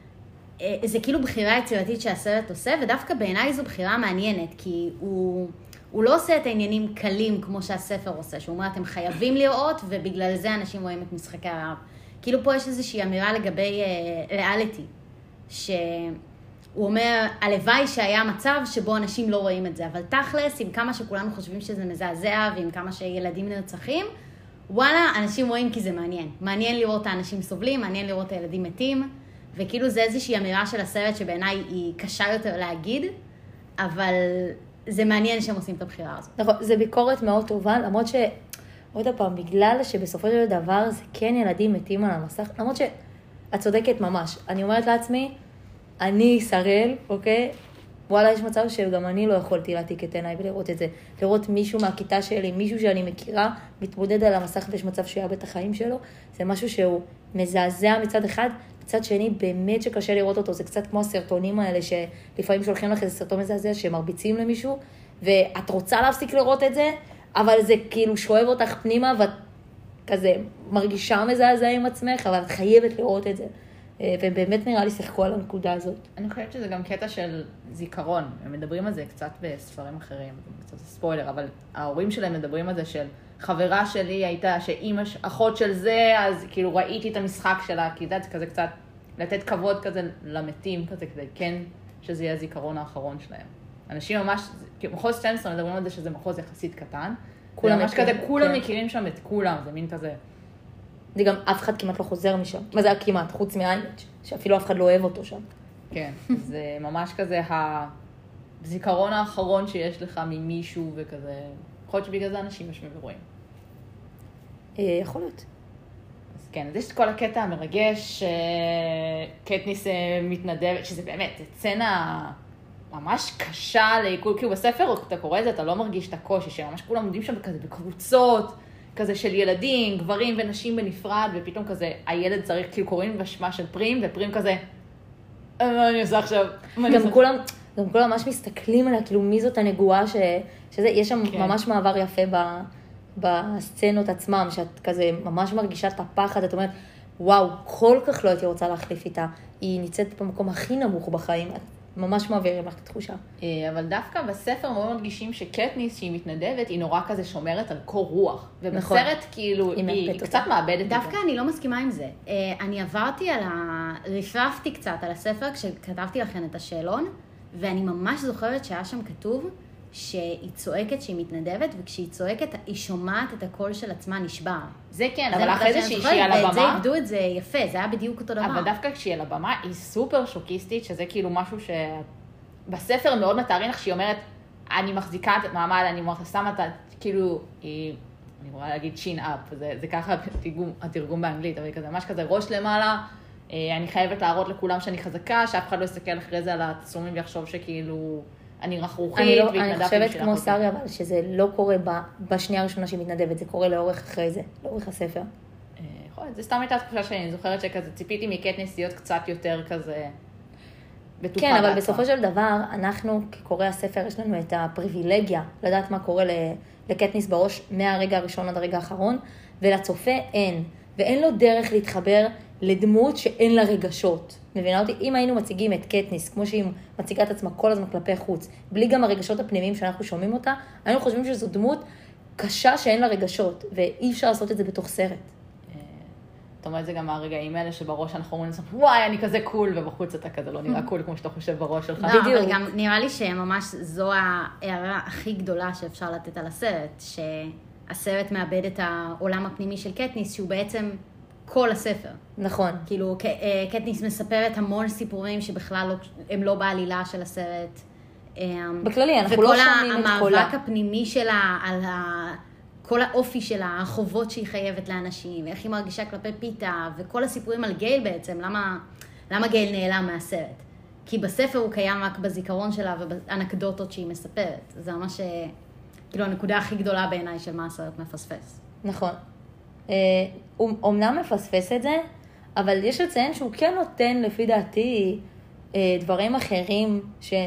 זה כאילו בחירה יצירתית שהסרט עושה, ודווקא בעיניי זו בחירה מעניינת, כי הוא לא עושה את העניינים קלים כמו שהספר עושה, שהוא אומר, אתם חייבים לראות, ובגלל זה אנשים רואים את משחקי הרעב. כאילו פה יש איזושהי אמירה לגבי ריאליטי, שהוא אומר, הלוואי שהיה מצב שבו אנשים לא רואים את זה, אבל תכלס, עם כמה שכולנו חושבים שזה מזעזע, ועם כמה שילדים נרצחים, וואלה, אנשים רואים כי זה מעניין. מעניין לראות את האנשים סובלים, מעניין לראות את הילדים מתים, וכאילו זה איזושהי אמירה של הסרט שבעיניי היא קשה יותר להגיד, אבל זה מעניין שהם עושים את הבחירה הזאת. נכון, זה ביקורת מאוד טובה, למרות עוד פעם, בגלל שבסופו של דבר זה כן ילדים מתים על המסך, למרות שאת צודקת ממש. אני אומרת לעצמי, אני שראל, אוקיי? וואלה, יש מצב שגם אני לא יכולתי להעתיק את עיניי ולראות את זה. לראות מישהו מהכיתה שלי, מישהו שאני מכירה, מתמודד על המסך ויש מצב שהוא יאבד את החיים שלו. זה משהו שהוא מזעזע מצד אחד, מצד שני באמת שקשה לראות אותו. זה קצת כמו הסרטונים האלה שלפעמים שולחים לך איזה סרטון מזעזע שמרביצים למישהו, ואת רוצה להפסיק לראות את זה, אבל זה כאילו שואב אותך פנימה, ואת כזה מרגישה מזעזע עם עצמך, אבל את חייבת לראות את זה. ובאמת נראה לי שיחקו על הנקודה הזאת. אני חושבת שזה גם קטע של זיכרון. הם מדברים על זה קצת בספרים אחרים, זה קצת ספוילר, אבל ההורים שלהם מדברים על זה של חברה שלי הייתה שאמא, אחות של זה, אז כאילו ראיתי את המשחק שלה, כי זה כזה קצת לתת כבוד כזה למתים, כזה כדי כן שזה יהיה הזיכרון האחרון שלהם. אנשים ממש, מחוז 12 מדברים על זה שזה מחוז יחסית קטן, כולם ממש כזה, כולם מכירים שם את כולם, זה מין כזה. זה גם אף אחד כמעט לא חוזר משם. מה זה כמעט? חוץ מאיינג' שאפילו אף אחד לא אוהב אותו שם. כן, זה ממש כזה הזיכרון האחרון שיש לך ממישהו וכזה, יכול להיות שבגלל זה אנשים יושבים ורואים. יכול להיות. אז כן, אז יש את כל הקטע המרגש, קטניס מתנדבת, שזה באמת, זה סצנה ממש קשה לעיכול, כאילו בספר אתה קורא את זה, אתה לא מרגיש את הקושי, שממש כולם עומדים שם כזה בקבוצות, כזה של ילדים, גברים ונשים בנפרד, ופתאום כזה, הילד צריך, כאילו קוראים בשמה של פרים, ופרים כזה, מה אני עושה עכשיו? גם כולם ממש מסתכלים עליה, כאילו מי זאת הנגועה שזה, יש שם ממש מעבר יפה בסצנות עצמם, שאת כזה ממש מרגישה את הפחד, את אומרת, וואו, כל כך לא הייתי רוצה להחליף איתה, היא ניצאת במקום הכי נמוך בחיים, את ממש מעבירים לך את התחושה. אבל דווקא בספר מאוד מרגישים שקטניס, שהיא מתנדבת, היא נורא כזה שומרת על קור רוח, ובסרט כאילו היא קצת מאבדת. דווקא אני לא מסכימה עם זה. אני עברתי רפרפתי קצת על הספר כשכתבתי לכם את השאלון, ואני ממש זוכרת שהיה שם כתוב שהיא צועקת שהיא מתנדבת, וכשהיא צועקת היא שומעת את הקול של עצמה נשבר. זה כן, אבל אחרי זה שהיא על הבמה. ואת זה עבדו את זה יפה, זה היה בדיוק אותו דבר. אבל דווקא כשהיא על הבמה היא סופר שוקיסטית, שזה כאילו משהו שבספר מאוד מתארים לך שהיא אומרת, אני מחזיקה את מעמד, אני שמה את, כאילו, אני יכולה להגיד שין אפ, זה ככה התרגום באנגלית, אבל כזה ממש כזה ראש למעלה, אני חייבת להראות לכולם שאני חזקה, שאף אחד לא יסתכל אחרי זה על התצלומים ויחשוב שכאילו אני רחרוכית והתנדבתי. אני חושבת כמו שרי, אבל שזה לא קורה בשנייה הראשונה שהיא מתנדבת, זה קורה לאורך אחרי זה, לאורך הספר. זה סתם הייתה תחושה שאני זוכרת שכזה ציפיתי מקטניס להיות קצת יותר כזה בטוחה. כן, אבל בסופו של דבר, אנחנו כקוראי הספר יש לנו את הפריבילגיה לדעת מה קורה לקטניס בראש מהרגע הראשון עד הרגע האחרון, ולצופה אין, ואין לו דרך להתחבר לדמות שאין לה רגשות. מבינה אותי? אם היינו מציגים את קטניס, כמו שהיא מציגה את עצמה כל הזמן כלפי חוץ, בלי גם הרגשות הפנימיים שאנחנו שומעים אותה, היינו חושבים שזו דמות קשה שאין לה רגשות, ואי אפשר לעשות את זה בתוך סרט. זאת אומרת, זה גם מהרגעים האלה שבראש אנחנו אומרים, וואי, אני כזה קול, ובחוץ אתה כזה לא נראה קול כמו שאתה חושב בראש שלך. לא, אבל גם נראה לי שממש זו ההערה הכי גדולה שאפשר לתת על הסרט, שהסרט מאבד את העולם הפנימי של קטניס, שהוא בעצם כל הספר. נכון. כאילו, קטניס מספרת המון סיפורים שבכלל הם לא בעלילה של הסרט. בכללי, אנחנו לא שומעים את קולה. וכל המאבק הפנימי שלה על כל האופי שלה, החובות שהיא חייבת לאנשים, ואיך היא מרגישה כלפי פיתה, וכל הסיפורים על גייל בעצם, למה גייל נעלם מהסרט? כי בספר הוא קיים רק בזיכרון שלה ובאנקדוטות שהיא מספרת. זה ממש, כאילו, הנקודה הכי גדולה בעיניי של מה הסרט מפספס. נכון. הוא אומנם מפספס את זה, אבל יש לציין שהוא כן נותן, לפי דעתי, דברים אחרים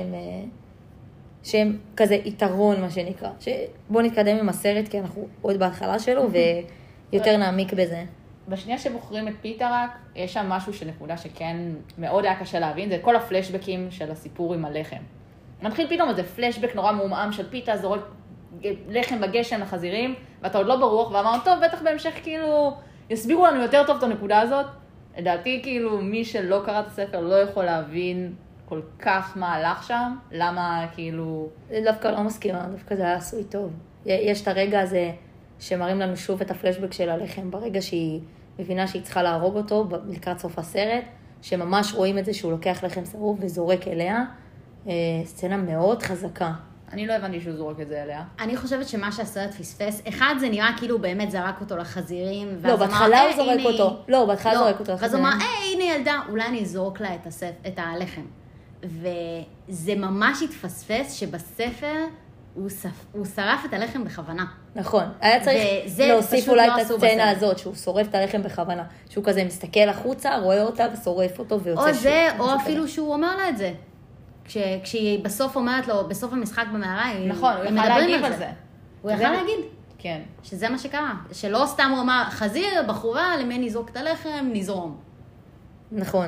שהם כזה יתרון, מה שנקרא. בואו נתקדם עם הסרט, כי אנחנו עוד בהתחלה שלו, ויותר נעמיק בזה. בשנייה שבוחרים את פיתה רק, יש שם משהו של נקודה שכן מאוד היה קשה להבין, זה כל הפלשבקים של הסיפור עם הלחם. מתחיל פתאום איזה פלשבק נורא מעומעם של פיתה, זורק לחם בגשם לחזירים, ואתה עוד לא ברוח, ואמרת, טוב, בטח בהמשך כאילו יסבירו לנו יותר טוב את הנקודה הזאת. לדעתי כאילו מי שלא קרא את הספר לא יכול להבין כל כך מה הלך שם, למה כאילו... דווקא לא מסכימה, דווקא זה היה עשוי טוב. יש את הרגע הזה שמראים לנו שוב את הפלשבק של הלחם, ברגע שהיא מבינה שהיא צריכה להרוג אותו לקראת סוף הסרט, שממש רואים את זה שהוא לוקח לחם שרוף וזורק אליה. סצנה מאוד חזקה. אני לא הבנתי שהוא זורק את זה אליה. אני חושבת שמה שהסרט פספס, אחד זה נראה כאילו באמת זרק אותו לחזירים, לא, בהתחלה הוא זורק אותו. לא, בהתחלה זורק אותו לחזירים. ואז הוא אמר, הנה ילדה, אולי אני אזרוק לה את הלחם. וזה ממש התפספס שבספר הוא שרף את הלחם בכוונה. נכון. היה צריך להוסיף אולי את הסצנה הזאת, שהוא שורף את הלחם בכוונה. שהוא כזה מסתכל החוצה, רואה אותה ושורף אותו ויוצא או זה, או אפילו שהוא אומר לה את זה. כשהיא בסוף אומרת לו, בסוף המשחק במערה, נכון, הוא יכל להגיב על זה. הוא יכל להגיד. כן. שזה מה שקרה. שלא סתם הוא אמר, חזיר, בחורה, למי נזרוק את הלחם, נזרום. נכון.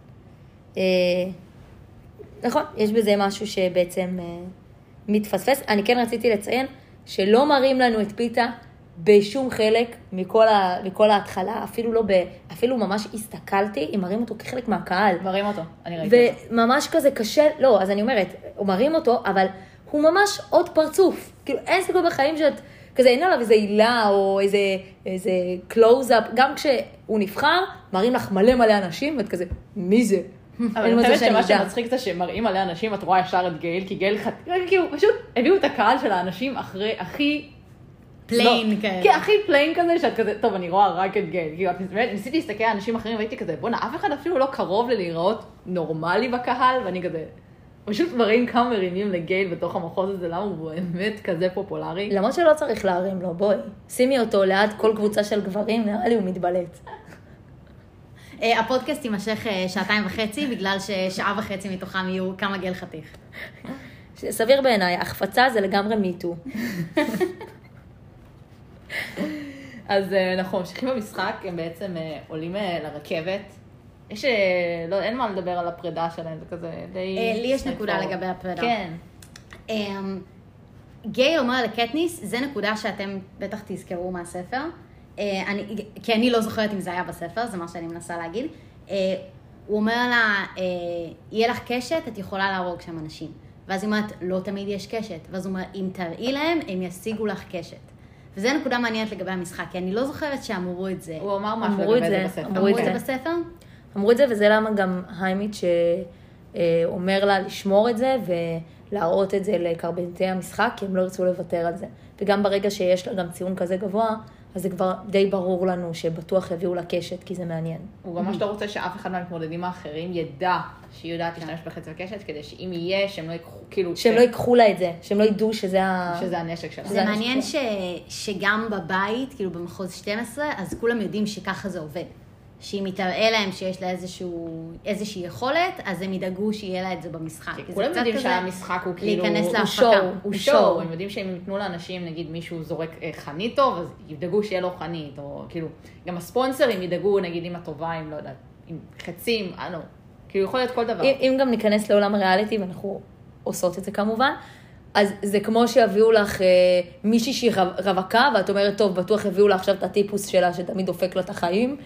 נכון, יש בזה משהו שבעצם מתפספס. אני כן רציתי לציין שלא מראים לנו את פיתה בשום חלק מכל ההתחלה, אפילו ממש הסתכלתי, אם מראים אותו כחלק מהקהל. מראים אותו, אני ראיתי אותו. וממש כזה קשה, לא, אז אני אומרת, מראים אותו, אבל הוא ממש עוד פרצוף. כאילו, אין סיכוי בחיים שאת, כזה אין עליו איזה עילה או איזה קלוז-אפ, גם כשהוא נבחר, מראים לך מלא אנשים, ואת כזה, מי זה? אבל אני חושבת שמה שמצחיק זה שמראים מלא אנשים, את רואה ישר את גייל, כי גייל כאילו, פשוט הביאו את הקהל של האנשים אחרי, הכי פליין כאלה. כן, הכי פליין כזה, שאת כזה, טוב, אני רואה רק את גייל. כאילו, ניסיתי להסתכל על אנשים אחרים, והייתי כזה, בוא'נה, אף אחד אפילו לא קרוב ללהיראות נורמלי בקהל, ואני כזה, פשוט מראים כמה מרימים לגייל בתוך המחוז הזה, למה הוא באמת כזה פופולרי. למרות שלא צריך להרים לו, בואי. שימי אותו ליד כל קבוצה של גברים, נראה לי הוא מתבלט. הפודקאסט יימשך 2.5, בגלל ש1.5 מתוכם יהיו כמה גל חתיך. סביר בעיניי, החפצה זה לגמרי מיטו. אז נכון, ממשיכים במשחק, הם בעצם עולים לרכבת. אין מה לדבר על הפרידה שלהם, זה כזה די... לי יש נקודה לגבי הפרידה. כן. גייל אומר לקטניס, זה נקודה שאתם בטח תזכרו מהספר, כי אני לא זוכרת אם זה היה בספר, זה מה שאני מנסה להגיד. הוא אומר לה, יהיה לך קשת, את יכולה להרוג שם אנשים. ואז היא אומרת, לא תמיד יש קשת. ואז הוא אומר, אם תראי להם, הם ישיגו לך קשת. וזה נקודה מעניינת לגבי המשחק, כי אני לא זוכרת שאמרו את זה. הוא אמר משהו לגבי זה בספר. אמרו את זה בספר? אמרו את זה, וזה למה גם היימיץ' שאומר לה לשמור את זה ולהראות את זה לקרבנטי המשחק, כי הם לא ירצו לוותר על זה. וגם ברגע שיש לה גם ציון כזה גבוה, אז זה כבר די ברור לנו שבטוח יביאו לה קשת, כי זה מעניין. הוא גם ממש לא רוצה שאף אחד מהמתמודדים האחרים ידע שהיא יודעת להשתמש בחץ וקשת, כדי שאם יהיה, שהם לא ייקחו, כאילו... שהם לא ייקחו לה את זה, שהם לא ידעו שזה הנשק שלה. זה מעניין שגם בבית, כאילו במחוז 12, אז כולם יודעים שככה זה עובד. שאם יתראה להם שיש לה איזושהי יכולת, אז הם ידאגו שיהיה לה את זה במשחק. כולם יודעים שהמשחק הוא כאילו... להיכנס להפקה. הוא שואו. הם יודעים שהם יתנו לאנשים, נגיד מישהו זורק חנית טוב, אז ידאגו שיהיה לו חנית, או כאילו, גם הספונסרים ידאגו, נגיד, עם הטובה, עם לא יודעת, עם חצים, לא, כאילו יכול להיות כל דבר. אם גם ניכנס לעולם הריאליטי, ואנחנו עושות את זה כמובן, אז זה כמו שיביאו לך מישהי שהיא רווקה, ואת אומרת, טוב, בטוח יביאו לה עכשיו את הטיפוס שלה, שתמיד דופק לה את החיים,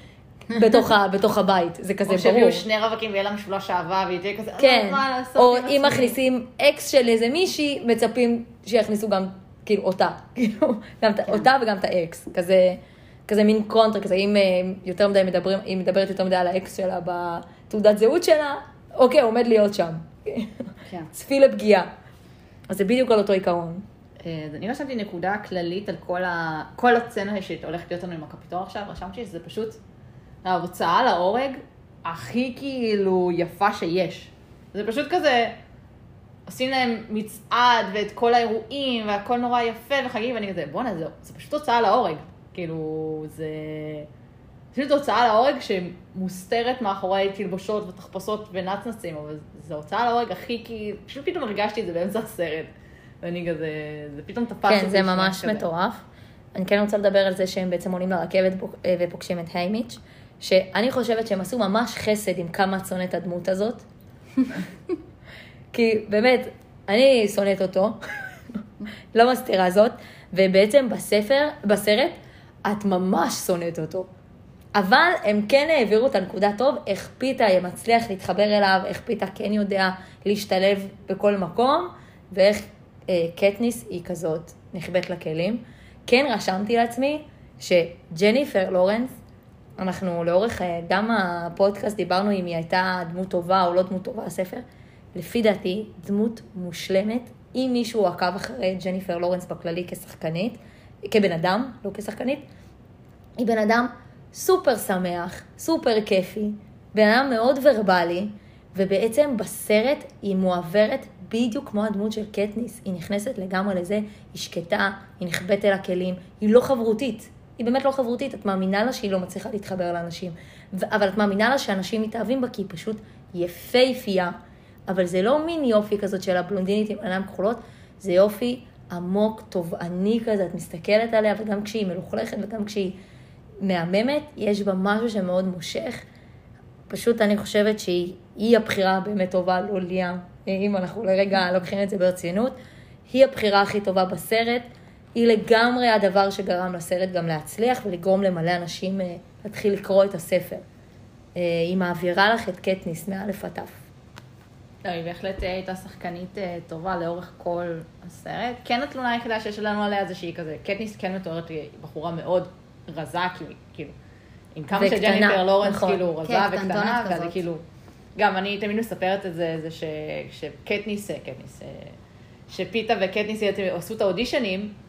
בתוך הבית, זה כזה ברור. או שהביאו שני רווקים ויהיה לה משולש אהבה, והיא תהיה כזה, כן, מה לעשות או עם אם עצמי? מכניסים אקס של איזה מישהי, מצפים שיכניסו גם, כאילו, אותה, כאילו, גם אותה וגם את האקס, כזה מין קונטר, כזה, אם יותר מדי מדברים, אם מדברת יותר מדי על האקס שלה בתעודת זהות שלה, אוקיי, עומד להיות שם. צפי לפגיעה. אז זה בדיוק על אותו עיקרון. אני רשמתי נקודה כללית על כל הצצנה שהולכת להיות לנו עם הקפיטול עכשיו, רשמתי שזה פשוט ההוצאה להורג הכי כאילו יפה שיש. זה פשוט כזה, עושים להם מצעד ואת כל האירועים והכל נורא יפה וחגיגי, ואני כזה, בוא'נה, זה פשוט הוצאה להורג. כאילו, זה פשוט הוצאה להורג שמוסתרת מאחורי תלבושות ותחפושות ונצנצים, אבל זה הוצאה להורג הכי, כי פשוט פתאום הרגשתי את זה באמצע הסרט. ואני כזה, זה פתאום תפס אותי. כן, זה ממש מטורף. אני כן רוצה לדבר על זה שהם בעצם עולים לרכבת ופוגשים את היימיץ', שאני חושבת שהם עשו ממש חסד עם כמה צונת הדמות הזאת. כי באמת, אני שונאת אותו, לא מסתירה זאת, ובעצם בסרט, את ממש שונאת אותו. אבל הם כן העבירו את הנקודה טוב, איך פיתה מצליח להתחבר אליו, איך פיתה כן יודע להשתלב בכל מקום, ואיך קטניס היא כזאת נחבאת לכלים. כן רשמתי לעצמי שג'ניפר לורנס, אנחנו לאורך גם הפודקאסט דיברנו אם היא הייתה דמות טובה או לא דמות טובה הספר, לפי דעתי דמות מושלמת, אם מישהו עקב אחרי ג'ניפר לורנס בכללי כשחקנית, כבן אדם, לא כשחקנית, היא בן אדם סופר שמח, סופר כיפי, בן אדם מאוד ורבלי, ובעצם בסרט היא מועברת בדיוק כמו הדמות של קטניס, היא נכנסת לגמרי לזה, היא שקטה, היא נחבאת אל הכלים, היא לא חברותית, היא באמת לא חברותית, את מאמינה לה שהיא לא מצליחה להתחבר לאנשים, אבל את מאמינה לה שאנשים מתאהבים בה כי היא פשוט יפהפייה, אבל זה לא מין יופי כזאת של הבלונדינית עם עיניים כחולות, זה יופי עמוק, תובעני כזה, את מסתכלת עליה, וגם כשהיא מלוכלכת וגם כשהיא מהממת, יש בה משהו שמאוד מושך. פשוט אני חושבת שהיא הבחירה באמת טובה, לא ליה, אם אנחנו לרגע לוקחים את זה ברצינות, היא הבחירה הכי טובה בסרט, היא לגמרי הדבר שגרם לסרט גם להצליח ולגרום למלא אנשים להתחיל לקרוא את הספר. היא מעבירה לך את קטניס מאלף עד תף. לא, היא בהחלט הייתה שחקנית טובה לאורך כל הסרט. כן, התלונה היחידה שיש לנו עליה זה שהיא כזה, קטניס כן מתוארת בחורה מאוד רזה, כאילו, עם כמה שג'ניפר לורנס כאילו רזה וקטנה, ואני כאילו, גם אני תמיד מספרת את זה, שקטניס, שפיתה וקטניס עשו את האודישנים,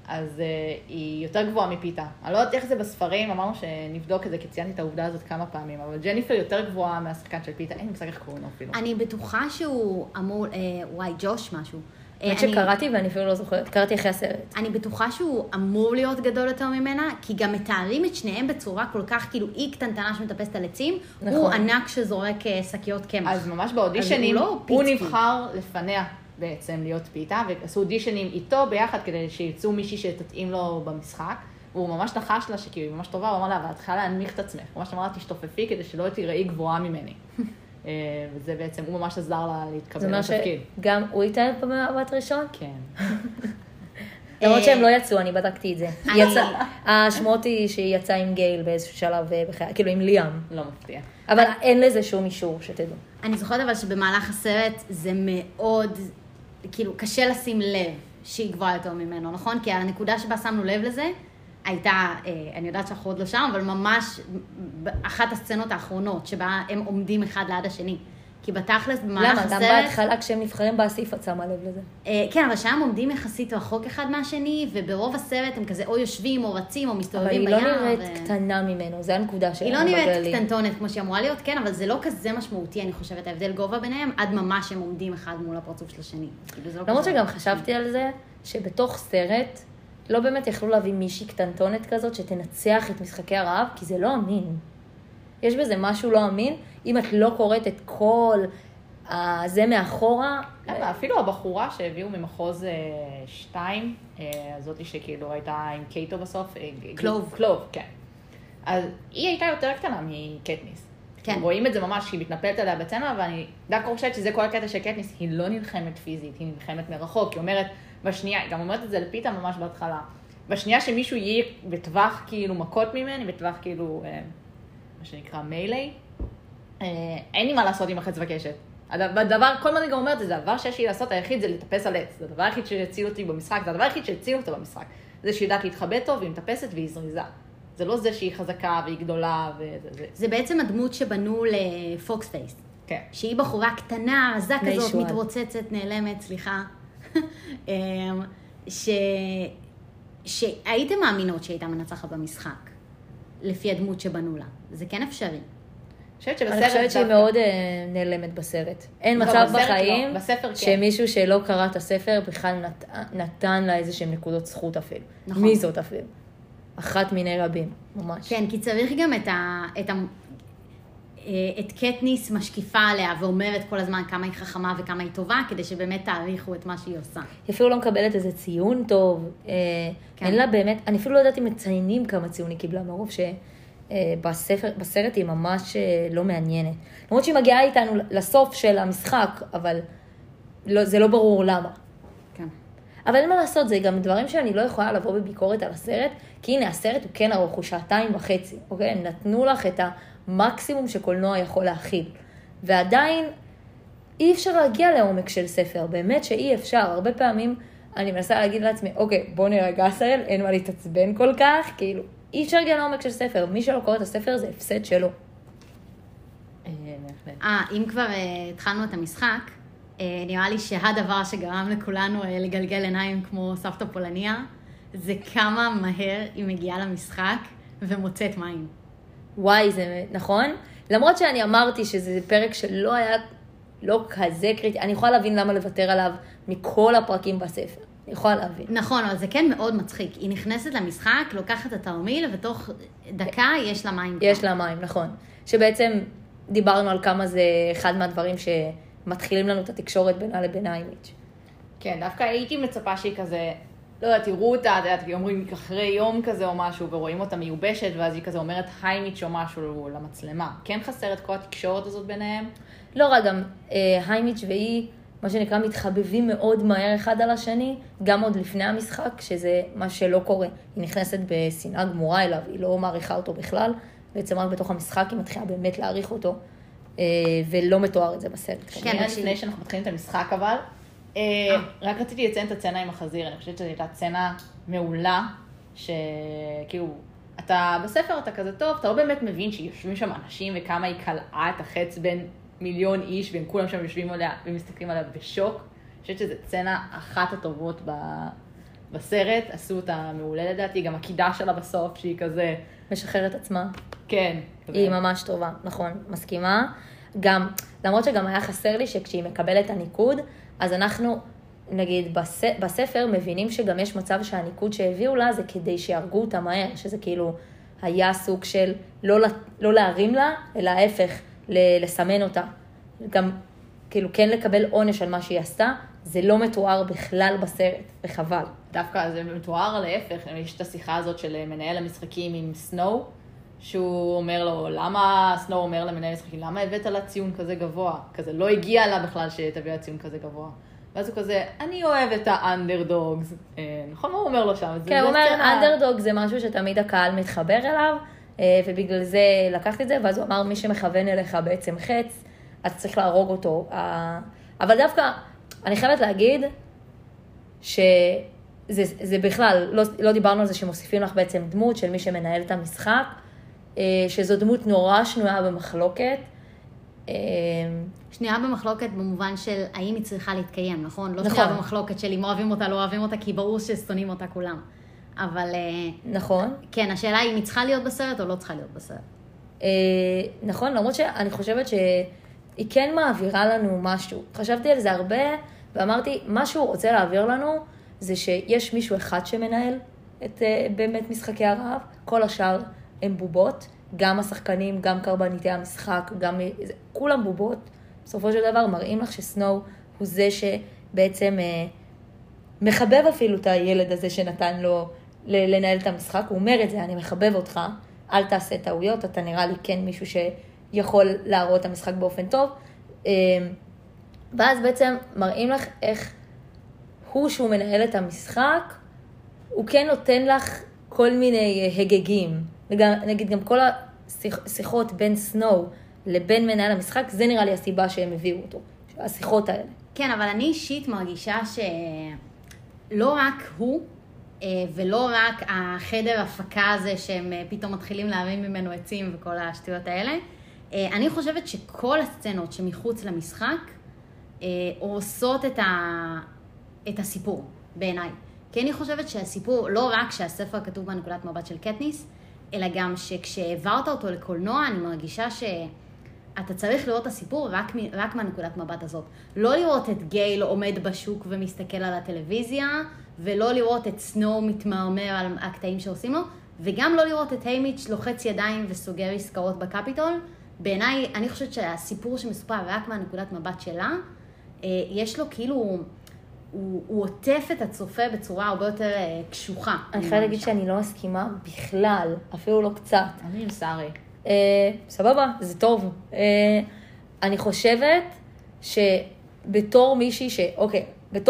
אז היא יותר גבוהה מפיתה. אני לא יודעת איך זה בספרים, אמרנו שנבדוק את זה, כי ציינתי את העובדה הזאת כמה פעמים, אבל ג'ניפר יותר גבוהה מהשחקן של פיתה, אין לי מושג איך קוראים לו אפילו. אני בטוחה שהוא אמור, ג'וש משהו. אני שקראתי ואני אפילו לא זוכרת, קראתי אחרי הסרט. אני בטוחה שהוא אמור להיות גדול יותר ממנה, כי גם מתארים את שניהם בצורה כל כך, כאילו היא קטנטנה שמטפסת על עצים, נכון. הוא ענק שזורק שקיות קמח. אז ממש באודישנים, אז הוא לא הוא פיצקי. נבחר לפניה בעצם להיות פיתה, ועשו אודישנים איתו ביחד כדי שיצאו מישהי שתתאים לו במשחק, והוא ממש נחש לה שכאילו היא ממש טובה, הוא אמר לה, אבל את צריכה להנמיך את עצמך, הוא ממש אמר לה, תשתופפי כדי שלא תראי גבוהה ממני. וזה בעצם, הוא ממש עזר לה להתקבל לתפקיד. זאת אומרת שגם הוא התאהב במבט ראשון? כן. למרות שהם לא יצאו, אני בדקתי את זה. השמועות היא שהיא יצאה עם גייל באיזשהו שלב בחיי, כאילו עם ליאם. לא מפתיע. אבל אין לזה שום אישור, שתדעו. אני זוכרת אבל שבמהלך הסרט זה מאוד, כאילו, קשה לשים לב שהיא גבוהה יותר ממנו, נכון? כי הנקודה שבה שמנו לב לזה הייתה, אני יודעת שאנחנו עוד לא שם, אבל ממש אחת הסצנות האחרונות שבה הם עומדים אחד ליד השני. כי בתכלס במהלך הסרט... למה? גם בהתחלה כשהם נבחרים באסיף את שמה לב לזה. כן, אבל שם עומדים יחסית רחוק אחד מהשני, וברוב הסרט הם כזה או יושבים או רצים או מסתובבים בים. אבל היא לא נראית קטנה ממנו, זה הנקודה שלנו היא לא בגללים. נראית קטנטונת כמו שהיא אמורה להיות, כן, אבל זה לא כזה משמעותי, אני חושבת, ההבדל גובה ביניהם, עד ממש הם עומדים אחד מול הפרצוף של השני. למרות שגם חשבתי על זה, שבתוך סרט לא באמת יכלו להביא מישהי קטנטונת כזאת שתנצח את משחקי הרעב, כי זה לא אמין. יש בזה משהו לא אמין, אם את לא קוראת את כל זה מאחורה. אפילו הבחורה שהביאו ממחוז 2, זאת שכאילו הייתה עם קייטו בסוף. קלוב. קלוב, כן. אז היא הייתה יותר קטנה מקטניס. כן. רואים את זה ממש, שהיא מתנפלת עליה בצנה, ואני דווקא חושבת שזה כל הקטע של קטניס, היא לא נלחמת פיזית, היא נלחמת מרחוק. היא אומרת, בשנייה, היא גם אומרת את זה לפיתה ממש בהתחלה, בשנייה שמישהו יהיה בטווח כאילו מכות ממני, בטווח כאילו, מה שנקרא מיילי, אין לי מה לעשות עם החץ וקשת. הדבר, כל מה אני גם אומרת, זה הדבר שיש לי לעשות, היחיד זה לטפס על עץ. זה הדבר היחיד שהציל אותי במשחק, זה הדבר היחיד שהציל אותה במשחק. זה שהיא יודעת להתחבא טוב, והיא מטפסת והיא זריזה. זה לא זה שהיא חזקה והיא גדולה וזה. זה בעצם הדמות שבנו לפוקס פייס. כן. שהיא בחורה קטנה, רזה כזאת, שועד. מתרוצצת, נעלמת, סליחה. שהייתם מאמינות שהייתה מנצחת במשחק, לפי הדמות שבנו לה. זה כן אפשרי. אני חושבת שהיא מאוד נעלמת בסרט. אין מצב בחיים שמישהו שלא קרא את הספר בכלל נתן לה איזה שהן נקודות זכות אפילו. נכון. מי זאת אפילו? אחת מיני רבים, ממש. כן, כי צריך גם את קטניס משקיפה עליה ואומרת כל הזמן כמה היא חכמה וכמה היא טובה, כדי שבאמת תעריכו את מה שהיא עושה. היא אפילו לא מקבלת איזה ציון טוב. אין לה באמת, אני אפילו לא יודעת אם מציינים כמה ציון היא קיבלה, מרוב שבסרט היא ממש לא מעניינת. למרות שהיא מגיעה איתנו לסוף של המשחק, אבל זה לא ברור למה. כן. אבל אין מה לעשות, זה גם דברים שאני לא יכולה לבוא בביקורת על הסרט, כי הנה, הסרט הוא כן ארוך, הוא 2.5 שעות, אוקיי? הם נתנו לך את המקסימום שקולנוע יכול להכיל. ועדיין אי אפשר להגיע לעומק של ספר, באמת שאי אפשר. הרבה פעמים אני מנסה להגיד לעצמי, אוקיי, בוא נרגע סרט, אין מה להתעצבן כל כך, כאילו, אי אפשר להגיע לעומק של ספר. מי שלא קורא את הספר זה הפסד שלו. אם כבר התחלנו את המשחק, נראה לי שהדבר שגרם לכולנו לגלגל עיניים כמו סבתא פולניה, זה כמה מהר היא מגיעה למשחק ומוצאת מים. וואי, זה נכון? למרות שאני אמרתי שזה פרק שלא היה לא כזה קריטי, אני יכולה להבין למה לוותר עליו מכל הפרקים בספר. אני יכולה להבין. נכון, אבל זה כן מאוד מצחיק. היא נכנסת למשחק, לוקחת את התרמיל, ותוך דקה יש לה מים. יש לה מים, נכון. שבעצם דיברנו על כמה זה אחד מהדברים שמתחילים לנו את התקשורת בינה לבין היימיץ'. כן, דווקא הייתי מצפה שהיא כזה, לא יודעת, תראו אותה, אומרים אחרי יום כזה או משהו, ורואים אותה מיובשת, ואז היא כזה אומרת היימיץ' או משהו למצלמה. כן חסר את כל התקשורת הזאת ביניהם? לא רק, גם היימיץ' והיא, מה שנקרא, מתחבבים מאוד מהר אחד על השני, גם עוד לפני המשחק, שזה מה שלא קורה. היא נכנסת בשנאה גמורה אליו, היא לא מעריכה אותו בכלל, בעצם רק בתוך המשחק היא מתחילה באמת להעריך אותו, ולא מתואר את זה בסרט. כן, לפני שאנחנו מתחילים את המשחק אבל, רק רציתי לציין את הצצנה עם החזיר, אני חושבת שזו הייתה צצנה מעולה, שכאילו, אתה בספר אתה כזה טוב, אתה לא באמת מבין שיושבים שם אנשים וכמה היא קלעה את החץ בין מיליון איש, והם כולם שם יושבים עליה ומסתכלים עליה בשוק. אני חושבת שזו צצנה אחת הטובות בסרט עשו אותה מעולה לדעתי, גם הקידה שלה בסוף, שהיא כזה... משחררת עצמה. כן. היא ממש טובה, נכון, מסכימה. גם, למרות שגם היה חסר לי שכשהיא מקבלת הניקוד, אז אנחנו, נגיד, בספר מבינים שגם יש מצב שהניקוד שהביאו לה זה כדי שיהרגו אותה מהר, שזה כאילו היה סוג של לא להרים לה, אלא ההפך, לסמן אותה. גם כאילו כן לקבל עונש על מה שהיא עשתה, זה לא מתואר בכלל בסרט, וחבל. דווקא זה מתואר להפך, יש את השיחה הזאת של מנהל המשחקים עם סנואו, שהוא אומר לו, למה, סנואו אומר למנהל המשחקים, למה הבאת לה ציון כזה גבוה? כזה לא הגיע לה בכלל שתביא לה ציון כזה גבוה. ואז הוא כזה, אני אוהב את האנדרדוגס. נכון מה הוא אומר לו שם? כן, הוא אומר, אנדרדוג זה משהו שתמיד הקהל מתחבר אליו, ובגלל זה לקחתי את זה, ואז הוא אמר, מי שמכוון אליך בעצם חץ, אז צריך להרוג אותו. אבל דווקא, אני חייבת להגיד, שזה בכלל, לא דיברנו על זה שמוסיפים לך בעצם דמות של מי שמנהל את המשחק, שזו דמות נורא שנויה במחלוקת. שנויה במחלוקת במובן של האם היא צריכה להתקיים, נכון? לא נכון. שנויה במחלוקת של אם אוהבים אותה, לא אוהבים אותה, כי ברור ששונאים אותה כולם. אבל... נכון. כן, השאלה היא אם היא צריכה להיות בסרט או לא צריכה להיות בסרט. נכון, למרות שאני חושבת שהיא כן מעבירה לנו משהו. חשבתי על זה הרבה, ואמרתי, מה שהוא רוצה להעביר לנו, זה שיש מישהו אחד שמנהל את באמת משחקי הרעב, כל השאר הם בובות, גם השחקנים, גם קרבניתי המשחק, גם כולם בובות. בסופו של דבר מראים לך שסנואו הוא זה שבעצם מחבב אפילו את הילד הזה שנתן לו לנהל את המשחק. הוא אומר את זה, אני מחבב אותך, אל תעשה טעויות, אתה נראה לי כן מישהו שיכול להראות את המשחק באופן טוב. ואז בעצם מראים לך איך הוא שהוא מנהל את המשחק, הוא כן נותן לך כל מיני הגגים. נגיד גם כל השיחות בין סנואו לבין מנהל המשחק, זה נראה לי הסיבה שהם הביאו אותו, השיחות האלה. כן, אבל אני אישית מרגישה שלא רק הוא, ולא רק החדר הפקה הזה שהם פתאום מתחילים להרים ממנו עצים וכל השטויות האלה, אני חושבת שכל הסצנות שמחוץ למשחק עושות את הסיפור בעיניי. כי אני חושבת שהסיפור, לא רק שהספר כתוב בנקודת מבט של קטניס, אלא גם שכשהעברת אותו לקולנוע, אני מרגישה שאתה צריך לראות את הסיפור רק מהנקודת מבט הזאת. לא לראות את גייל עומד בשוק ומסתכל על הטלוויזיה, ולא לראות את סנואו מתמרמר על הקטעים שעושים לו, וגם לא לראות את היימיץ' לוחץ ידיים וסוגר עסקאות בקפיטול. בעיניי, אני חושבת שהסיפור שמסופר רק מהנקודת מבט שלה, יש לו כאילו... הוא עוטף את הצופה בצורה הרבה יותר קשוחה. אני חייבת להגיד שאני לא מסכימה בכלל, אפילו לא קצת. אני עם סארי. סבבה, זה טוב. אני חושבת שבתור מישהי אוקיי,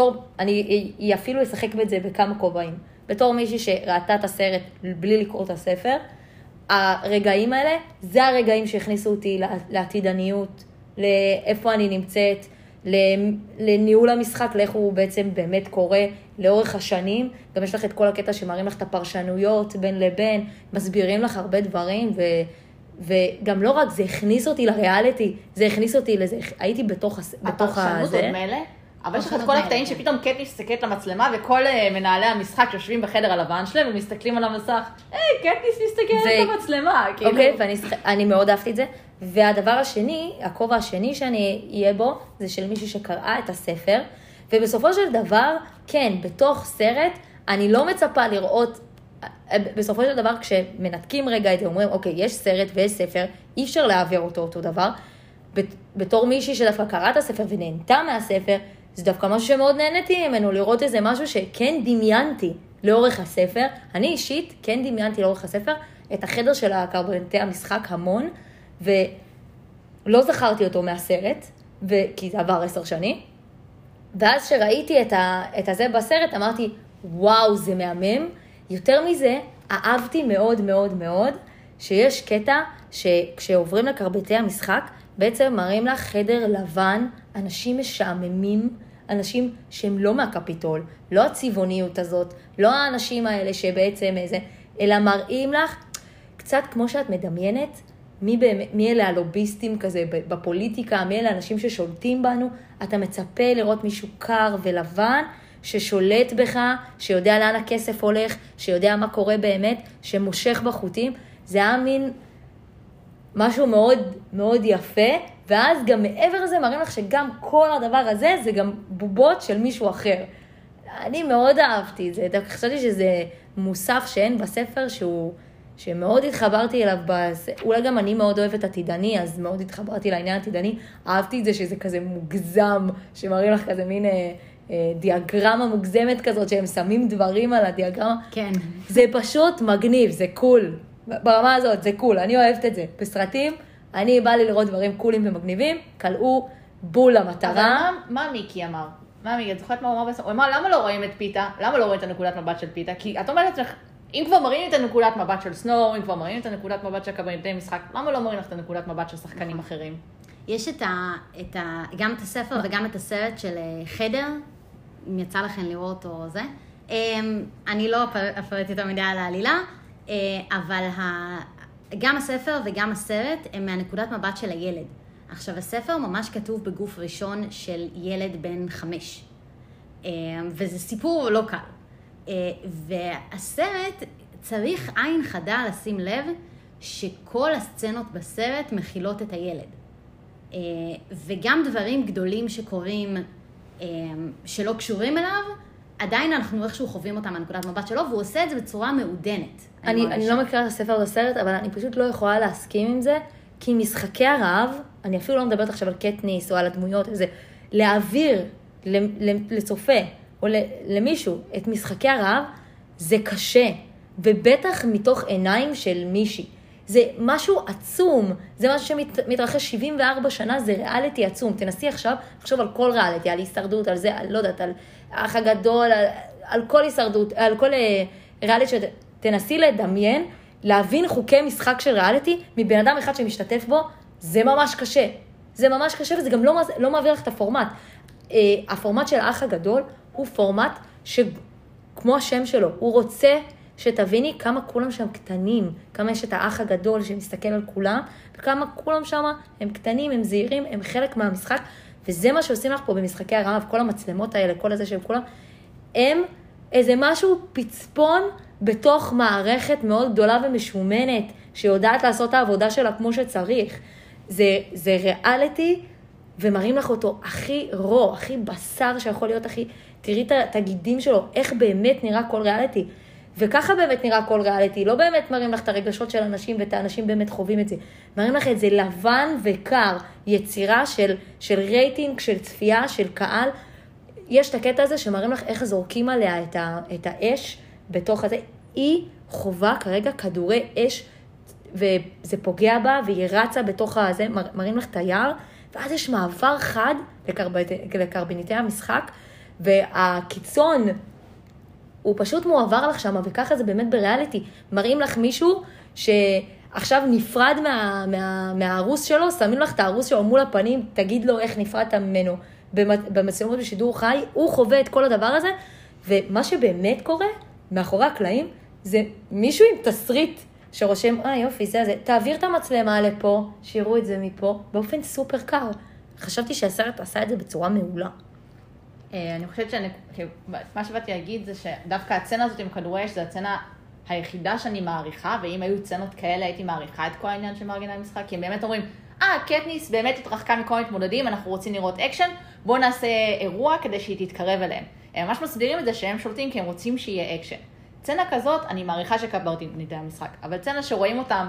היא אפילו אשחק בזה בכמה כובעים. בתור מישהי שראתה את הסרט בלי לקרוא את הספר, הרגעים האלה, זה הרגעים שהכניסו אותי לעתידניות, לאיפה אני נמצאת, לניהול המשחק, לאיך הוא בעצם באמת קורה לאורך השנים. גם יש לך את כל הקטע שמראים לך את הפרשנויות בין לבין, מסבירים לך הרבה דברים, וגם לא רק זה הכניס אותי לריאליטי, זה הכניס אותי לזה, הייתי בתוך הפרשנות עוד מלא, אבל יש לך את כל הקטעים שפתאום קטי מסתכלת למצלמה, וכל מנהלי המשחק יושבים בחדר הלבן שלהם, ומסתכלים על המסך, קטיס מסתכלת למצלמה. אוקיי, ואני מאוד אהבתי את זה. והדבר השני, הכובע השני שאני אהיה בו, זה של מישהו שקראה את הספר, ובסופו של דבר, כן, בתוך סרט, אני לא מצפה לראות, בסופו של דבר, כשמנתקים רגע את זה, אומרים, אוקיי, יש סרט ויש ספר, אי אפשר להעביר אותו דבר, בתור מישהי שדווקא קראה את הספר ונהנתה מהספר, זה דווקא משהו שמאוד נהניתי ממנו, לראות איזה משהו שכן דמיינתי לאורך הספר. אני אישית כן דמיינתי לאורך הספר את החדר של הקרבנטי המשחק המון, ולא זכרתי אותו מהסרט, כי זה עבר 10 שנים. ואז שראיתי את הזה בסרט, אמרתי, וואו, זה מהמם. יותר מזה, אהבתי מאוד מאוד מאוד, שיש קטע שכשעוברים לקרבנטי המשחק, בעצם מראים לך חדר לבן, אנשים משעממים, אנשים שהם לא מהקפיטול, לא הצבעוניות הזאת, לא האנשים האלה שבעצם איזה, אלא מראים לך קצת כמו שאת מדמיינת, מי אלה הלוביסטים כזה בפוליטיקה, מי אלה האנשים ששולטים בנו, אתה מצפה לראות מישהו קר ולבן, ששולט בך, שיודע לאן הכסף הולך, שיודע מה קורה באמת, שמושך בחוטים. זה היה מין משהו מאוד מאוד יפה, ואז גם מעבר לזה מראים לך שגם כל הדבר הזה זה גם בובות של מישהו אחר. אני מאוד אהבתי את זה, חשבתי שזה מוסף שאין בספר שמאוד התחברתי אליו, אולי גם אני מאוד אוהבת עתידני, אז מאוד התחברתי לעניין עתידני, אהבתי את זה שזה כזה מוגזם, שמראים לך כזה מין דיאגרמה מוגזמת כזאת, שהם שמים דברים על הדיאגרמה. כן. זה פשוט מגניב, זה קול. ברמה הזאת, זה קול, אני אוהבת את זה. בסרטים, אני באה לי לראות דברים קולים ומגניבים, קלעו בול למטרה. אבל מה מיקי אמר? מה מיקי, את זוכרת מה הוא אמר בסוף? הוא אמר, למה לא רואים את פיתה? למה לא רואים את הנקודת מבט של פיתה? כי את אומרת לך, אם כבר מראים את הנקודת מבט של סנואו, אם כבר מראים את הנקודת מבט של קברניטי משחק, למה לא מראים לך את הנקודת מבט של שחקנים אחרים? יש גם את הספר וגם את הסרט של חדר, אם יצא לכם לראות או זה. אני לא אפרט יותר מדי על העלילה, אבל גם הספר וגם הסרט הם מהנקודת מבט של הילד. עכשיו, הספר ממש כתוב בגוף ראשון של ילד בן 5, וזה סיפור לא קל. והסרט צריך עין חדה לשים לב שכל הסצנות בסרט מכילות את הילד. וגם דברים גדולים שקורים שלא קשורים אליו, עדיין אנחנו איכשהו חווים אותם מהנקודת מבט שלו, והוא עושה את זה בצורה מעודנת. אני לא מכירה את הספר או הסרט, אבל אני פשוט לא יכולה להסכים עם זה, כי משחקי הרעב, אני אפילו לא מדברת עכשיו על קטניס או על הדמויות, זה להעביר לצופה או למישהו את משחקי הרעב, זה קשה, ובטח מתוך עיניים של מישהי. זה משהו עצום, זה משהו שמתרחש 74 שנה, זה ריאליטי עצום. תנסי עכשיו, לחשוב על כל ריאליטי, על הישרדות, על זה, לא יודעת, על האח הגדול, על כל הישרדות, על כל ריאליטי, תנסי לדמיין, להבין חוקי משחק של ריאליטי, מבן אדם אחד שמשתתף בו, זה ממש קשה. זה ממש קשה, וזה גם לא מעביר לך את הפורמט. הפורמט של האח הגדול הוא פורמט שכמו השם שלו, הוא רוצה שתביני כמה כולם שם קטנים, כמה יש את האח הגדול שמסתכל על כולם, וכמה כולם שם הם קטנים, הם זהירים, הם חלק מהמשחק, וזה מה שעושים לך פה במשחקי הרעב, כל המצלמות האלה, כל הזה שהם כולם, הם איזה משהו פצפון בתוך מערכת מאוד גדולה ומשומנת, שיודעת לעשות את העבודה שלה כמו שצריך. זה ריאליטי, ומראים לך אותו הכי רו, הכי בשר שיכול להיות, תראי את הגידים שלו, איך באמת נראה כל ריאליטי. וככה באמת נראה כל ריאליטי, לא באמת מראים לך את הרגשות של אנשים, ואת האנשים באמת חווים את זה. מראים לך את זה לבן וקר, יצירה של רייטינג, של צפייה, של קהל. יש את הקטע הזה שמראים לך איך זורקים עליה את האש בתוך הזה. היא חובה כרגע כדורי אש, וזה פוגע בה, והיא רצה בתוך הזה, מראים לך את היער, ואז יש מעבר חד לקרבניטי המשחק, והקיצון הוא פשוט מועבר לך שם, וככה זה באמת בריאליטי. מראים לך מישהו שעכשיו נפרד מהארוס שלו, שמים לך את הארוס שלו מול הפנים, תגיד לו איך נפרדת ממנו במצלמות בשידור חי, הוא חווה את כל הדבר הזה, ומה שבאמת קורה מאחורי הקלעים, זה מישהו עם תסריט שרושם, יופי, זה, תעביר את המצלמה לפה, שיראו את זה מפה, באופן סופר קר. חשבתי שהסרט עשה את זה בצורה מעולה. אני חושבת מה שבאתי להגיד זה שדווקא הצצנה הזאת עם כדורי אש, זה הצצנה היחידה שאני מעריכה, ואם היו צצנות כאלה הייתי מעריכה את כל העניין של מארגני המשחק, כי הם באמת אומרים, קטניס באמת התרחקה מכל מתמודדים, אנחנו רוצים לראות אקשן, בואו נעשה אירוע כדי שהיא תתקרב אליהם. הם ממש מסבירים את זה שהם שולטים כי הם רוצים שיהיה אקשן. צצנה כזאת, אני מעריכה שקברניטי המשחק, אבל צצנה שרואים אותם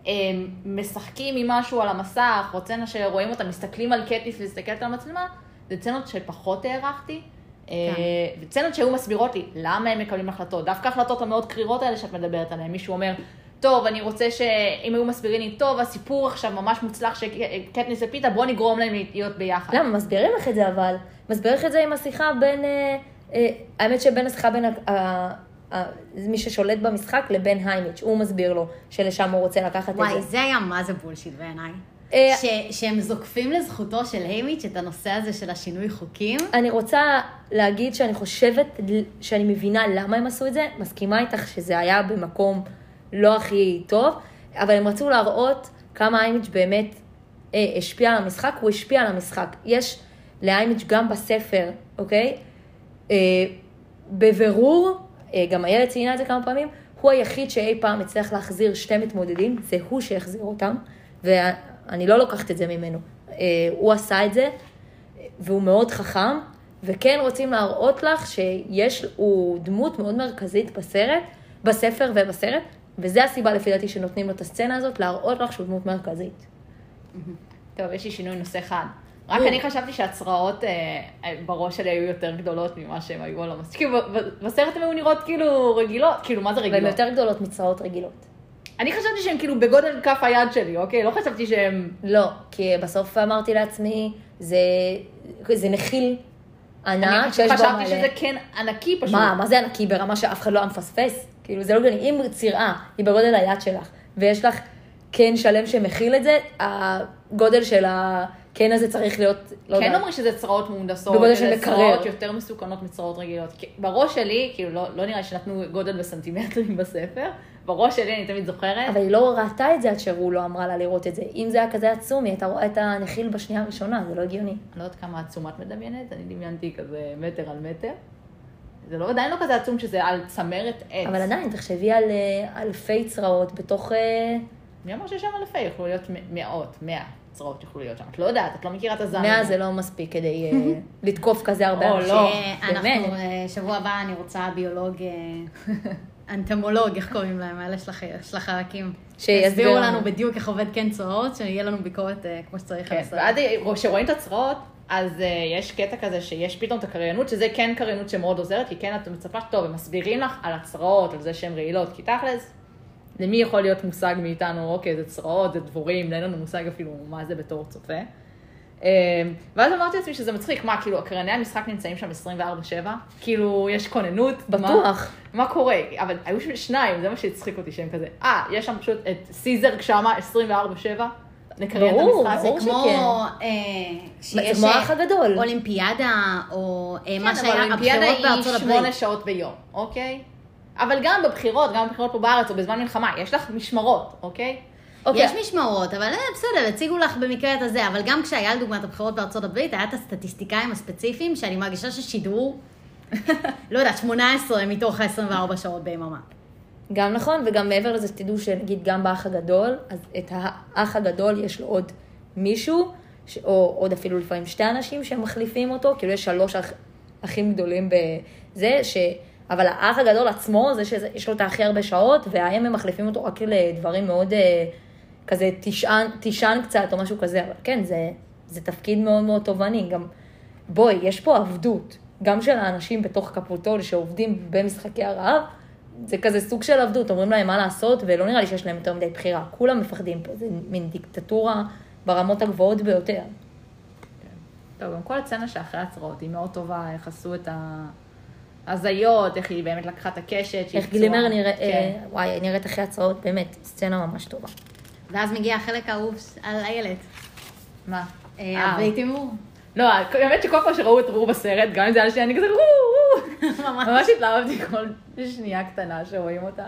משחקים עם משהו על המסך, או צצנה שרואים אותם מסתכלים על קטניס ולהסתכלת על המצלמה, זה צצנות שפחות הערכתי, וצצנות שהיו מסבירות לי למה הם מקבלים החלטות, דווקא החלטות המאוד קרירות האלה שאת מדברת עליהן, מישהו אומר, טוב, אני רוצה שאם היו מסבירים לי, טוב, הסיפור עכשיו ממש מוצלח שקטניס ופיתה, בוא נגרום להם להיות ביחד. למה? מסבירים לך את זה אבל, מסבירים לך את זה עם השיחה בין, האמת שבין השיחה בין מי ששולט במשחק לבין היימיץ', הוא מסביר לו שלשם הוא רוצה לקחת את זה. וואי, זה היה מה זה בולשיט בעיניי. שהם זוקפים לזכותו של היימיץ' את הנושא הזה של השינוי חוקים. אני רוצה להגיד שאני חושבת שאני מבינה למה הם עשו את זה, מסכימה איתך שזה היה במקום לא הכי טוב, אבל הם רצו להראות כמה היימיץ' באמת השפיע על המשחק, הוא השפיע על המשחק. יש להיימיץ' גם בספר, אוקיי? בבירור, גם הילד ציינה את זה כמה פעמים, הוא היחיד שאי פעם הצליח להחזיר 2 מתמודדים, זה הוא שהחזיר אותם, ואני לא לוקחת את זה ממנו. הוא עשה את זה, והוא מאוד חכם, וכן רוצים להראות לך הוא דמות מאוד מרכזית בספר ובסרט, וזה הסיבה לפי דעתי שנותנים לו את הסצנה הזאת, להראות לך שהוא דמות מרכזית. טוב, יש לי שינוי נושא אחד. רק אני חשבתי שהצרעות בראש שלי היו יותר גדולות ממה שהן היו על המסך. כאילו, בסרט הן היו נראות כאילו רגילות. כאילו, מה זה רגילות? והן יותר גדולות מצרעות רגילות. אני חשבתי שהן כאילו בגודל כף היד שלי, אוקיי? לא חשבתי שהן... לא, כי בסוף אמרתי לעצמי, זה נחיל ענק שיש בו מלא. חשבתי שזה כן ענקי פשוט. מה זה ענקי ברמה שאף אחד לא מפספס? כאילו, זה לא גדול. אם צירה היא בגודל היד שלך, ויש לך כן שלם שמכיל את זה, הגודל של כן הזה צריך להיות, כן אומרים שזה צרעות מהונדסות, בגודל של מקרר. צרעות יותר מסוכנות מצרעות רגילות. בראש שלי, כאילו לא נראה שנתנו גודל בסנטימטרים בספר, בראש שלי אני תמיד זוכרת. אבל היא לא ראתה את זה עד שהוא לא אמרה לה לראות את זה. אם זה היה כזה עצום, היא הייתה רואה את הנחיל בשנייה הראשונה, זה לא הגיוני. אני לא יודעת כמה עצומת מדמיינת, אני דמיינתי כזה מטר על מטר. זה לא עדיין לא כזה עצום שזה על צמרת עץ. אבל עדיין, תחשבי על אלפי צרעות בתוך... מי אמר שיש שם אלפי? יכולו להיות מאות, 100 צרעות יכולו להיות שם. את לא יודעת, את לא מכירה את הזמן. 100 זה לא מספיק כדי לתקוף כזה הרבה אנשים. לא, אנחנו, שבוע הבא אני רוצה ביולוג, אנטמולוג, איך קוראים להם, האלה של החלקים. שיסבירו לנו בדיוק איך עובד כן צרעות, שיהיה לנו ביקורת כמו שצריך. כן, ועד שרואים את הצרעות, אז יש קטע כזה שיש פתאום את הקריינות, שזה כן קריינות שמאוד עוזרת, כי כן את מצפה טוב, הם מסבירים לך על הצרעות, על זה שהן רעילות, כי תכלס, למי יכול להיות מושג מאיתנו, אוקיי, זה צרעות, זה דבורים, אין לנו מושג אפילו מה זה בתור צופה. ואז אמרתי לעצמי שזה מצחיק, מה, כאילו, הקרייני המשחק נמצאים שם 24/7, כאילו, יש כוננות. בטוח. מה קורה? אבל היו שם 2, זה מה שהצחיק אותי שהם כזה, יש שם פשוט את סיזר שמה 24/7, לקריין את המשחק. זה כמו שיש האח הגדול. אולימפיאדה, או מה כן, שהיה אבל אולימפיאדה הבחירות בארצות היא 8 הברית. שעות ביום, אוקיי? אבל גם בבחירות פה בארץ או בזמן מלחמה, יש לך משמרות, אוקיי? יש משמרות, אבל בסדר, הציגו לך במקרה את הזה, אבל גם כשהיה לדוגמת הבחירות בארצות הברית, היה את הסטטיסטיקאים הספציפיים, שאני מרגישה ששידרו, לא יודעת, 18 מתוך 24 שעות ביממה. גם נכון, וגם מעבר לזה, תדעו שנגיד גם באח הגדול, אז את האח הגדול יש לו עוד מישהו, או עוד אפילו לפעמים 2 אנשים שמחליפים אותו, כאילו יש 3 אחים גדולים בזה, אבל האח הגדול עצמו, זה שיש לו את הכי הרבה שעות, והאם הם מחליפים אותו רק לדברים מאוד כזה תישן קצת או משהו כזה, אבל כן, זה תפקיד מאוד מאוד תובעני. גם, בואי, יש פה עבדות, גם של האנשים בתוך קפוטול שעובדים במשחקי הרעב, זה כזה סוג של עבדות, אומרים להם מה לעשות, ולא נראה לי שיש להם יותר מדי בחירה. כולם מפחדים פה, זה מין דיקטטורה ברמות הגבוהות ביותר. טוב, גם כל הצצנה שאחרי הצרעות היא מאוד טובה, איך עשו את הזיות, איך היא באמת לקחה את הקשת. איך גלימר נראית אחרי הצרעות, באמת, סצנה ממש טובה. ואז מגיע החלק האהוב על איילת. מה? בלי תימור. לא, באמת שכל פעם שראו את רו בסרט, גם אם זה היה שנייה, אני כזה רו. ממש התלהבתי כל שנייה קטנה שרואים אותה.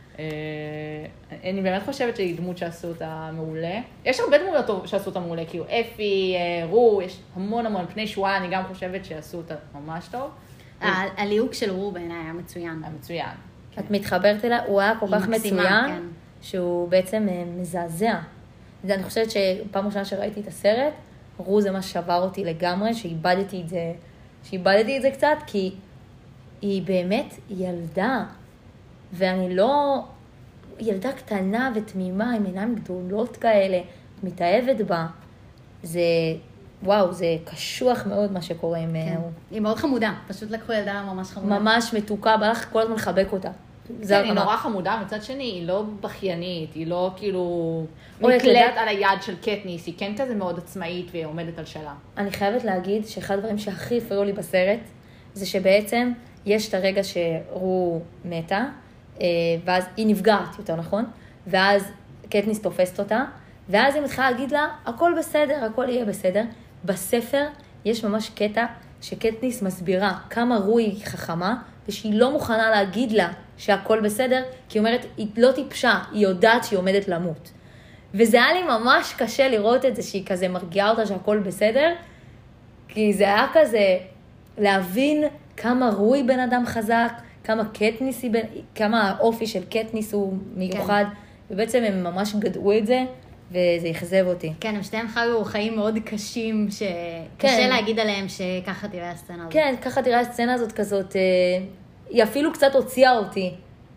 אני באמת חושבת שהיא דמות שעשו אותה מעולה. יש הרבה דמויות שעשו אותה מעולה, כאילו אפי, רו, יש המון פני שואה, אני גם חושבת שעשו אותה ממש טוב. הליהוק של רו בעיניי היה מצוין. היה מצוין. את מתחברת אליה, הוא היה כל כך מצוין, שהוא בעצם מזעזע. אני חושבת שפעם ראשונה שראיתי את הסרט, רו זה מה שבר אותי לגמרי, שאיבדתי את זה קצת, כי היא באמת ילדה, ואני לא... ילדה קטנה ותמימה, עם עיניים גדולות כאלה, מתאהבת בה. זה... וואו, זה קשוח מאוד מה שקורה עם... כן. היא מאוד חמודה, פשוט לקחו ילדה ממש חמודה. ממש מתוקה, בא לך כל הזמן לחבק אותה. כן, היא נורא חמודה, מצד שני, היא לא בכיינית, היא לא כאילו נקלט על היד של קטניס, היא כן כזה מאוד עצמאית והיא עומדת על שלה. אני חייבת להגיד שאחד הדברים שהכי הפריעו לי בסרט, זה שבעצם יש את הרגע שרו מתה, ואז היא נפגעת יותר נכון, ואז קטניס תופסת אותה, ואז היא מתחילה להגיד לה, הכל בסדר, הכל יהיה בסדר. בספר יש ממש קטע שקטניס מסבירה כמה רו היא חכמה, ושהיא לא מוכנה להגיד לה שהכל בסדר, כי היא אומרת, היא לא טיפשה, היא יודעת שהיא עומדת למות. וזה היה לי ממש קשה לראות את זה, שהיא כזה מרגיעה אותה שהכל בסדר, כי זה היה כזה להבין כמה רוי בן אדם חזק, כמה האופי של קטניס הוא מיוחד, ובעצם הם ממש גדעו את זה, וזה יחזב אותי. כן, הם שתיהם חיו חיים מאוד קשים, שקשה להגיד עליהם שככה תראה הסצנה הזאת. כן, ככה תראה הסצנה הזאת כזאת, היא אפילו קצת הוציאה אותי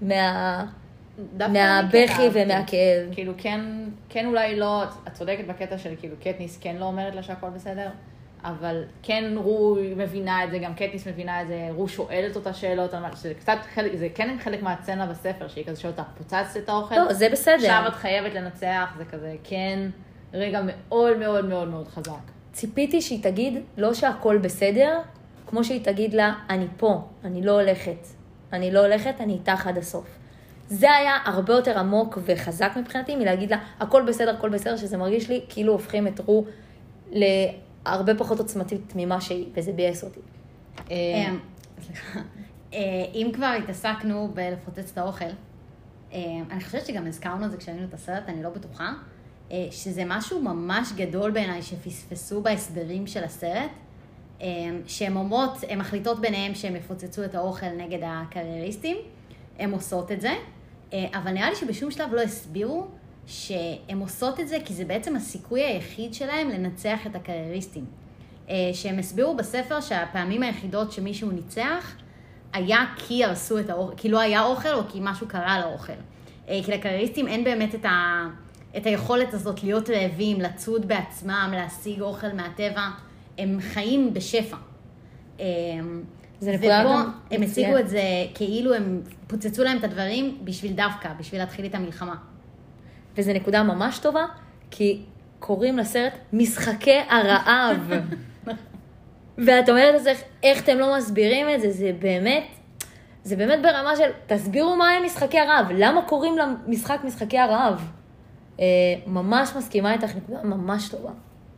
מהבכי ומהכאב. כאילו כן אולי לא, את צודקת בקטע של כאילו קטניס כן לא אומרת לה שהכל בסדר, אבל כן רו מבינה את זה, גם קטניס מבינה את זה, רו שואלת אותה שאלות, שזה קצת חלק, זה כן חלק מהסצנה בספר, שהיא כזה שואלת אותה, פוצצת את האוכל? לא, זה בסדר. עכשיו את חייבת לנצח, זה כזה כן רגע מאוד מאוד מאוד מאוד חזק. ציפיתי שהיא תגיד לא שהכל בסדר, כמו שהיא תגיד לה, אני פה, אני לא הולכת, אני איתך עד הסוף. זה היה הרבה יותר עמוק וחזק מבחינתי, מלהגיד לה, הכל בסדר, שזה מרגיש לי כאילו הופכים את רו להרבה פחות עוצמתית ממה שהיא, וזה בייס אותי. סליחה. אם כבר התעסקנו בלפוצץ את האוכל, אני חושבת שגם הזכרנו את זה כשהיינו את הסרט, אני לא בטוחה, שזה משהו ממש גדול בעיניי שפספסו בהסברים של הסרט, שהן אומרות, הן מחליטות ביניהם שהן יפוצצו את האוכל נגד הקרייריסטים, הן עושות את זה, אבל נראה לי שבשום שלב לא הסבירו שהן עושות את זה, כי זה בעצם הסיכוי היחיד שלהם לנצח את הקרייריסטים. שהם הסבירו בספר שהפעמים היחידות שמישהו ניצח, היה כי הרסו את האוכל, כי לא היה אוכל או כי משהו קרה לאוכל. כי לקרייריסטים אין באמת את היכולת הזאת להיות רעבים, לצוד בעצמם, להשיג אוכל מהטבע, הם חיים בשפע. ופה הם הציגו את זה כאילו הם פוצצו להם את הדברים בשביל דווקא, בשביל להתחיל את המלחמה. וזו נקודה ממש טובה, כי קוראים לסרט משחקי הרעב. ואת אומרת לזה, איך אתם לא מסבירים את זה? זה באמת ברמה של, תסבירו מה הם משחקי הרעב. למה קוראים למשחק משחקי הרעב? ממש מסכימה איתך, נקודה ממש טובה.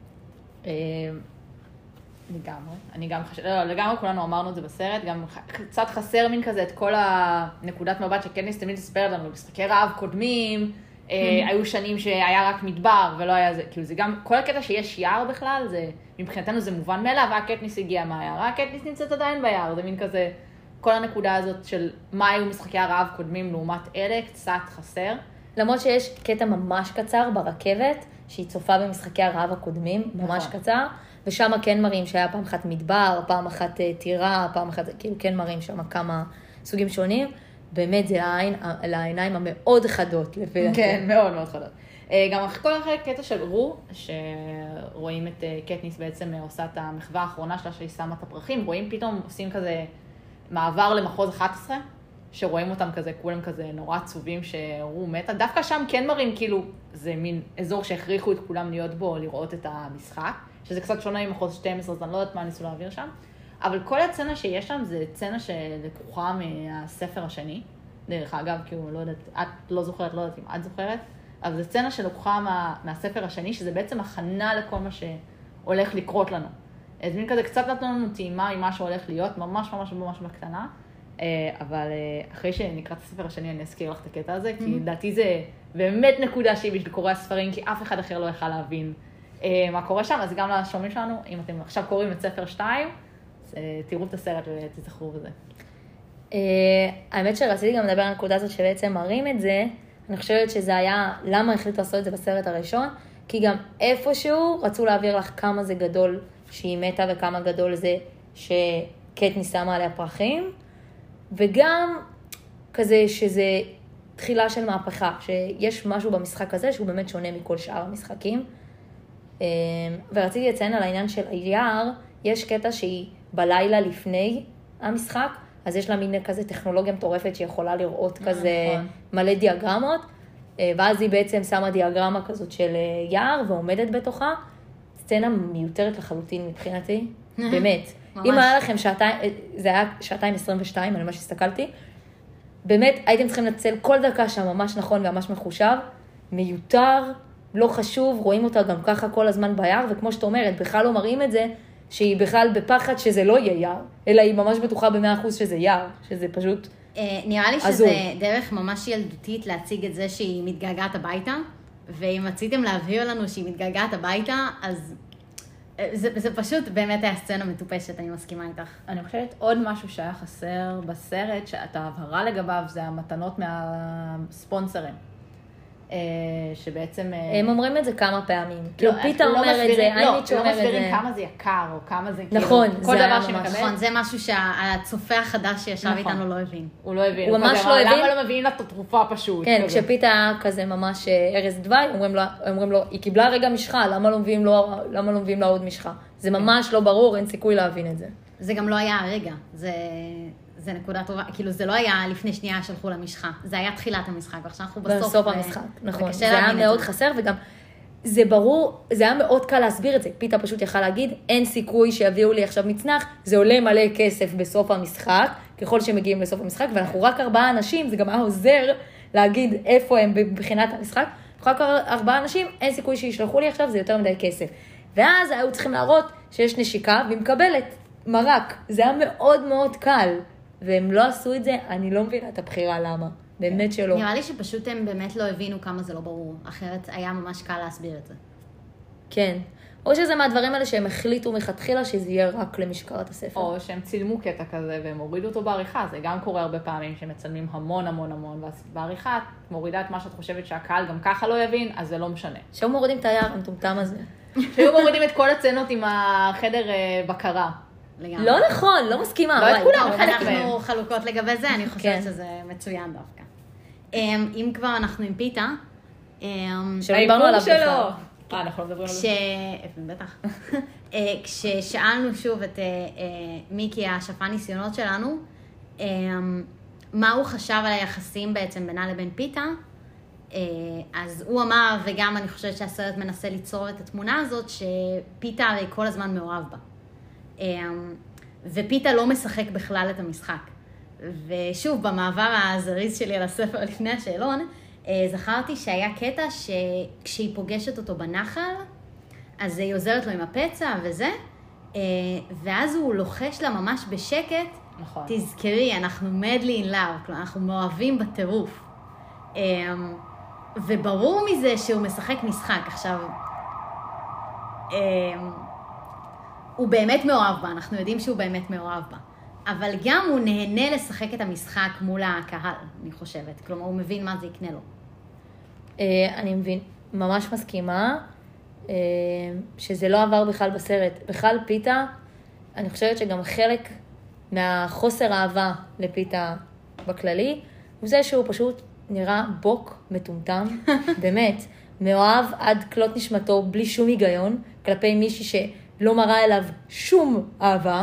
לגמרי כולנו אמרנו את זה בסרט, גם קצת חסר מין כזה את כל הנקודת מבט שקטניס תמיד תספר לנו, משחקי רעב קודמים, היו שנים שהיה רק מדבר ולא היה זה, כאילו זה גם, כל הקטע שיש יער בכלל, מבחינתנו זה מובן מאליו, הקטניס הגיע מהיער, הקטניס נמצאת עדיין ביער, זה מין כזה, כל הנקודה הזאת של מה היו משחקי הרעב קודמים לעומת אלה, קצת חסר. למרות שיש קטע ממש קצר ברכבת, שהיא צופה במשחקי הרעב הקודמים, ממש קצר, ושם כן מראים שהיה פעם אחת מדבר, פעם אחת טירה, פעם אחת, כאילו כן מראים שם כמה סוגים שונים, באמת זה לעיניים המאוד חדות. כן, מאוד מאוד חדות. גם כל אחרי קטע של רו, שרואים את קטניס בעצם עושה את המחווה האחרונה שלה, שהיא שמה את הפרחים, רואים פתאום עושים כזה מעבר למחוז 11, שרואים אותם כזה, כולם כזה נורא עצובים שרו מתה. דווקא שם כן מראים כאילו, זה מין אזור שהכריחו את כולם להיות בו, לראות את המשחק, שזה קצת שונה ממחוז 12, אז אני לא יודעת מה ניסו להעביר שם. אבל כל הצצנה שיש שם זה צצנה שלקוחה מהספר השני. דרך אגב, כאילו, לא יודעת, את לא זוכרת, לא יודעת אם את זוכרת, אבל זו צצנה שלקוחה מהספר השני, שזה בעצם הכנה לכל מה שהולך לקרות לנו. אז מין כזה קצת נתנו לנו טעימה ממה שהולך להיות, ממש ממש ממש בקטנה. אבל אחרי שנקרא את הספר השני, אני אזכיר לך את הקטע הזה, כי לדעתי זה באמת נקודה שהיא בשביל קורא הספרים, כי אף אחד אחר לא יכל להבין מה קורה שם. אז גם לשומעים שלנו, אם אתם עכשיו קוראים את ספר 2, תראו את הסרט ותזכרו בזה. האמת שרציתי גם לדבר על הנקודה הזאת שבעצם מראים את זה, אני חושבת שזה היה, למה החליטו לעשות את זה בסרט הראשון? כי גם איפשהו רצו להעביר לך כמה זה גדול שהיא מתה וכמה גדול זה שקטניס שמה עליה פרחים, וגם כזה שזה תחילה של מהפכה, שיש משהו במשחק הזה שהוא באמת שונה מכל שאר המשחקים. ורציתי לציין על העניין של היער, יש קטע שהיא בלילה לפני המשחק, אז יש לה מין כזה טכנולוגיה מטורפת שיכולה לראות כזה מלא דיאגרמות, ואז היא בעצם שמה דיאגרמה כזאת של יער ועומדת בתוכה, סצנה מיותרת לחלוטין מבחינתי, באמת. אם היה לכם זה היה 2:22, אני ממש הסתכלתי, באמת הייתם צריכים לנצל כל דקה שם ממש נכון וממש מחושב, מיותר, לא חשוב, רואים אותה גם ככה כל הזמן ביער, וכמו שאת אומרת, בכלל לא מראים את זה, שהיא בכלל בפחד שזה לא יהיה יער, אלא היא ממש בטוחה ב100% שזה יער, שזה פשוט נראה לי שזה דרך ממש ילדותית להציג את זה שהיא מתגעגעת הביתה, ואם רציתם להבהיר לנו שהיא מתגעגעת הביתה, אז זה פשוט באמת היה סצנה מטופשת, אני מסכימה איתך. אני חושבת עוד משהו שהיה חסר בסרט, שאתה הבהרה לגביו, זה המתנות מהספונסרים. שבעצם... הם אומרים את זה כמה פעמים. כאילו פיתה אומר את זה, אימיץ' אומר את זה. לא מסבירים כמה זה יקר, או כמה זה נכון, כל דבר שמקבל. נכון, זה משהו שהצופה החדש שישב איתנו לא הבין. הוא לא הבין. הוא ממש לא הבין. למה לא מביאים לה את התרופה פשוט? כן, כשפיתה היה כזה ממש ארז דווי, אומרים לו, היא קיבלה רגע משחה, למה לא מביאים לה עוד משחה? זה ממש לא ברור, אין סיכוי להבין את זה. זה גם לא היה הרגע, זה נקודה טובה, כאילו זה לא היה לפני שנייה שלחו למשחה, זה היה תחילת המשחק, ועכשיו אנחנו בסוף המשחק, נכון, זה היה מאוד חסר, וגם זה ברור, זה היה מאוד קל להסביר את זה, פיתה פשוט יכל להגיד, אין סיכוי שיביאו לי עכשיו מצנח, זה עולה מלא כסף בסוף המשחק, ככל שמגיעים לסוף המשחק, ואנחנו רק 4 אנשים, זה גם היה עוזר להגיד איפה הם מבחינת המשחק, רק 4 אנשים, אין סיכוי שישלחו לי עכשיו, זה יותר מדי כסף. ואז היו צריכים להראות שיש נשיקה, והיא מקבלת מרק, זה היה מאוד מאוד קל. והם לא עשו את זה, אני לא מבינה את הבחירה למה. באמת שלא. נראה לי שפשוט הם באמת לא הבינו כמה זה לא ברור. אחרת היה ממש קל להסביר את זה. כן. או שזה מהדברים האלה שהם החליטו מכתחילה שזה יהיה רק למשקרת הספר. או שהם צילמו קטע כזה והם הורידו אותו בעריכה. זה גם קורה הרבה פעמים שמצלמים המון המון המון. ואז בעריכה את מורידה את מה שאת חושבת שהקהל גם ככה לא יבין, אז זה לא משנה. שהיו מורידים את היער המטומטם הזה. שהיו מורידים את כל הצנות עם החדר בקרה. לא נכון, לא מסכימה. לא את כולם. אנחנו חלוקות לגבי זה, אני חושבת שזה מצוין דווקא. אם כבר אנחנו עם פיתה, שדיברנו עליו בכלל. אנחנו לא מדברים על זה. בטח. כששאלנו שוב את מיקי, השפן ניסיונות שלנו, מה הוא חשב על היחסים בעצם בינה לבין פיתה, אז הוא אמר, וגם אני חושבת שהסרט מנסה ליצור את התמונה הזאת, שפיתה הרי כל הזמן מאוהב בה. ופיתה לא משחק בכלל את המשחק. ושוב, במעבר הזריז שלי על הספר לפני השאלון, זכרתי שהיה קטע שכשהיא פוגשת אותו בנחל, אז היא עוזרת לו עם הפצע וזה, ואז הוא לוחש לה ממש בשקט, נכון. תזכרי, אנחנו מדלי in love, כלומר, אנחנו מאוהבים בטירוף. וברור מזה שהוא משחק משחק. עכשיו, הוא באמת מאוהב בה, אנחנו יודעים שהוא באמת מאוהב בה. אבל גם הוא נהנה לשחק את המשחק מול הקהל, אני חושבת. כלומר, הוא מבין מה זה יקנה לו. אני מבין, ממש מסכימה, שזה לא עבר בכלל בסרט. בכלל פיתה, אני חושבת שגם חלק מהחוסר אהבה לפיתה בכללי, הוא זה שהוא פשוט נראה בוק מטומטם, באמת, מאוהב עד כלות נשמתו, בלי שום היגיון, כלפי מישהי שלא מראה אליו שום אהבה,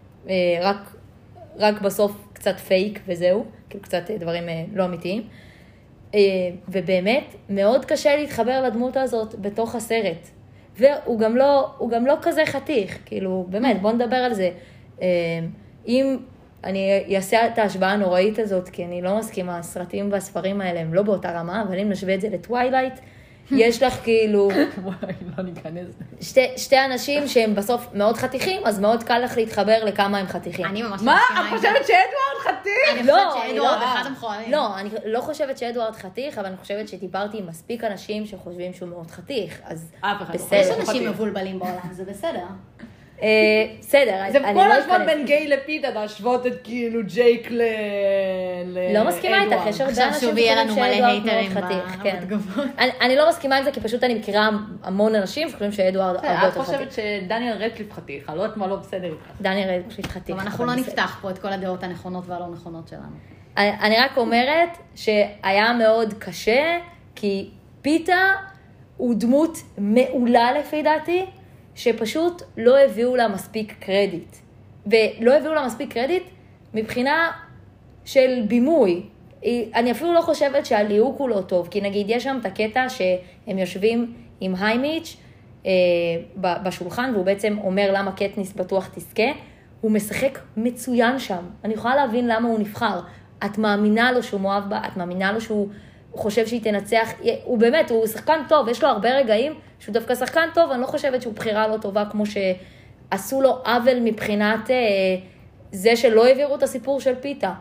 רק בסוף קצת פייק וזהו, כאילו קצת דברים לא אמיתיים. ובאמת, מאוד קשה להתחבר לדמות הזאת בתוך הסרט. והוא גם לא כזה חתיך, כאילו, באמת, בוא נדבר על זה. אם אני אעשה את ההשוואה הנוראית הזאת, כי אני לא מסכימה, הסרטים והספרים האלה הם לא באותה רמה, אבל אם נשווה את זה לטווילייט, יש לך כאילו... לא ניכנס. שתי אנשים שהם בסוף מאוד חתיכים, אז מאוד קל לך להתחבר לכמה הם חתיכים. אני ממש מה? את חושבת שאדוארד חתיך? אני חושבת שאדוארד אחד המכוערים. לא, אני לא חושבת שאדוארד חתיך, אבל אני חושבת שדיברתי עם מספיק אנשים שחושבים שהוא מאוד חתיך, אז בסדר. יש אנשים מבולבלים בעולם, זה בסדר. בסדר, זה כל הזמן בין גיי לפיתה, להשוות את כאילו ג'ייק לא מסכימה איתך, יש הרבה אנשים שחושבים שאדוארד מאוד חתיך. אני לא מסכימה עם זה, כי פשוט אני מכירה המון אנשים שחושבים שאדוארד הרבה יותר חתיך. את חושבת שדניאל רדקליף חתיך, אני לא יודעת מה לא בסדר איתך. דניאל רדקליף חתיך. אנחנו לא נפתח פה את כל הדעות הנכונות והלא נכונות שלנו. אני רק אומרת שהיה מאוד קשה, כי פיתה הוא דמות מעולה לפי דעתי, שפשוט לא הביאו לה מספיק קרדיט. ולא הביאו לה מספיק קרדיט מבחינה של בימוי. אני אפילו לא חושבת שהליהוק הוא לא טוב, כי נגיד יש שם את הקטע שהם יושבים עם היימיץ' בשולחן, והוא בעצם אומר למה קטניס בטוח תזכה. הוא משחק מצוין שם. אני יכולה להבין למה הוא נבחר. את מאמינה לו שהוא מואב בה, את מאמינה לו שהוא חושב שהיא תנצח. הוא באמת, הוא שחקן טוב, יש לו הרבה רגעים שהוא דווקא שחקן טוב, אני לא חושבת שהוא בחירה לא טובה, כמו שעשו לו עוול מבחינת זה שלא העבירו את הסיפור של פיתה.